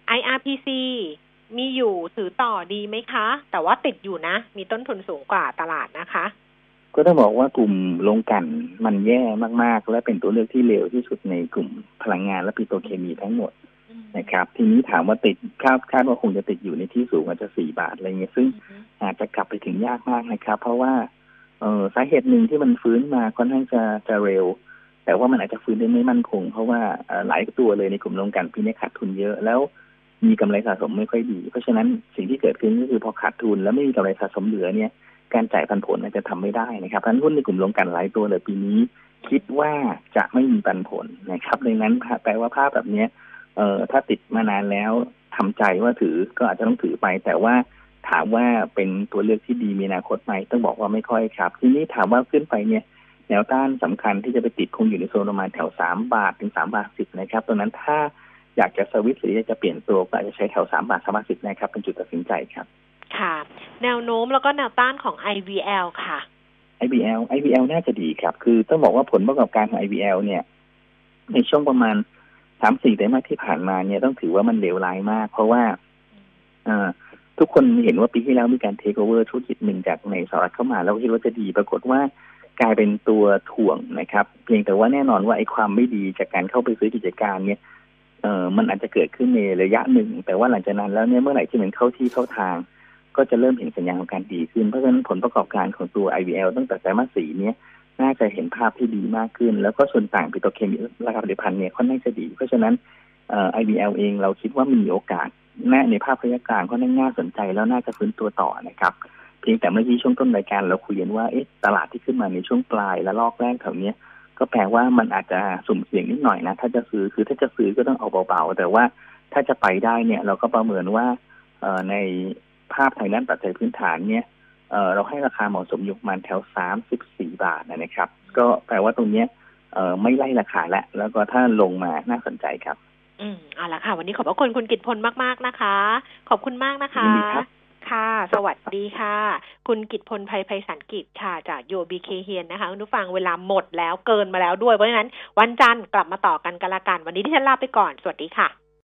IRPC มีอยู่ถือต่อดีไหมคะแต่ว่าติดอยู่นะมีต้นทุนสูงกว่าตลาดนะคะก็ต้องบอกว่ากลุ่มโรงกลั่นมันแย่มากๆและเป็นตัวเลือกที่เร็วที่สุดในกลุ่มพลังงานและปิโตรเคมีทั้งหมดนะครับทีนี้ถามว่าติดคาดว่าคงจะติดอยู่ในที่สูงอาจจะ4 บาทอะไรเงี้ยซึ่งอาจจะกลับไปถึงยากมากนะครับเพราะว่าสาเหตุหนึ่งที่มันฟื้นมาค่อนข้างจะเร็วแต่ว่ามันอาจจะฟื้นได้ไม่มั่นคงเพราะว่าหลายตัวเลยในกลุ่มโรงกลั่นปีนี้ขาดทุนเยอะแล้วมีกำไรสะสมไม่ค่อยดีเพราะฉะนั้นสิ่งที่เกิดขึ้นก็คือพอขาดทุนแล้วไม่มีกำไรสะสมเหลือเนี่ยการจ่ายปันผลอาจจะทำไม่ได้นะครับเพราะฉะนั้นหุ้นในกลุ่มโรงกลั่นหลายตัวเลยปีนี้คิดว่าจะไม่มีปันผลนะครับดังนั้นแปลว่าภาพแบบนี้ถ้าติดมานานแล้วทำใจว่าถือก็อาจจะต้องถือไปแต่ว่าถามว่าเป็นตัวเลือกที่ดีมีอนาคตไหมต้องบอกว่าไม่ค่อยครับทีนี้ถามว่าขึ้นไปเนี่ยแนวต้านสำคัญที่จะไปติดคงอยู่ในโซนประมาณแถว3 บาทถึง3.10 บาทนะครับตรงนั้นถ้าอยากจะสวิตช์หรือจะเปลี่ยนตัวก็อาจจะใช้แถว3 บาท 3.10 บาทนะครับเป็นจุดตัดสินใจครับค่ะแนวโน้มแล้วก็แนวต้านของ IVL ค่ะ IVL น่าจะดีครับคือต้องบอกว่าผลประกอบการของ IVL เนี่ยในช่วงประมาณ 3-4 ไตรมาสที่ผ่านมาเนี่ยต้องถือว่ามันเลวร้ายมากเพราะว่าทุกคนเห็นว่าปีที่แล้วมีการเทคโอเวอร์ธุรกิจหนึ่งจากในสหรัฐเข้ามาแล้วคิดว่าจะดีปรากฏว่ากลายเป็นตัวถ่วงนะครับเพียงแต่ว่าแน่นอนว่าไอ้ความไม่ดีจากการเข้าไปซื้อกิจการเนี่ยมันอาจจะเกิดขึ้นในระยะหนึ่งแต่ว่าหลังจากนั้นแล้วเนี่ยเมื่อไหร่ที่มันเข้าที่เข้าทางก็จะเริ่มเห็นสัญญาณของการดีขึ้นเพราะฉะนั้นผลประกอบการของตัว IVL ตั้งแต่ไตรมาส 4เนี่ยน่าจะเห็นภาพที่ดีมากขึ้นแล้วก็ส่วนต่างปิโตรเคมีราคาผลิตภัณฑ์เนี่ยค่อนข้างจะดีเพราะฉะนั้นIVL เองเราคิดว่ามีโอกาสในภาพระยะกลางค่อนข้างน่าสนใจแล้วน่าจะฟื้นตัวต่อนะครับเพียงแต่เมื่อกี้ช่วงต้นรายการเราคุยกันว่าตลาดที่ขึ้นมาในช่วงปลายและลอกแรกแถวนี้ก็แปลว่ามันอาจจะสุ่มเสี่ยงนิดหน่อยนะถ้าจะซื้อคือถ้าจะซื้อก็ต้องเอาเบาๆแต่ว่าถ้าจะไปได้เนี่ยเราก็ประเมินว่าในภาพทางด้านปัจจัยพื้นฐานเนี่ยเราให้ราคาเหมาะสมอยู่ประมาณแถว34 บาทนะครับก็แปลว่าตรงนี้ไม่ไล่ราคาแล้วก็ถ้าลงมาน่าสนใจครับเอาละค่ะวันนี้ขอบพระคุณคุณกิตพลมากๆนะคะขอบคุณมากนะคะค่ะสวัสดีค่ะคุณกิตพลไพศาลกิจค่ะจาก UOB-Kay Hian นะคะคุณผู้ฟังเวลาหมดแล้วเกินมาแล้วด้วยเพราะฉะนั้นวันจันทร์กลับมาต่อกันละกันวันนี้ที่ฉันลาไปก่อนสวัสดีค่ะ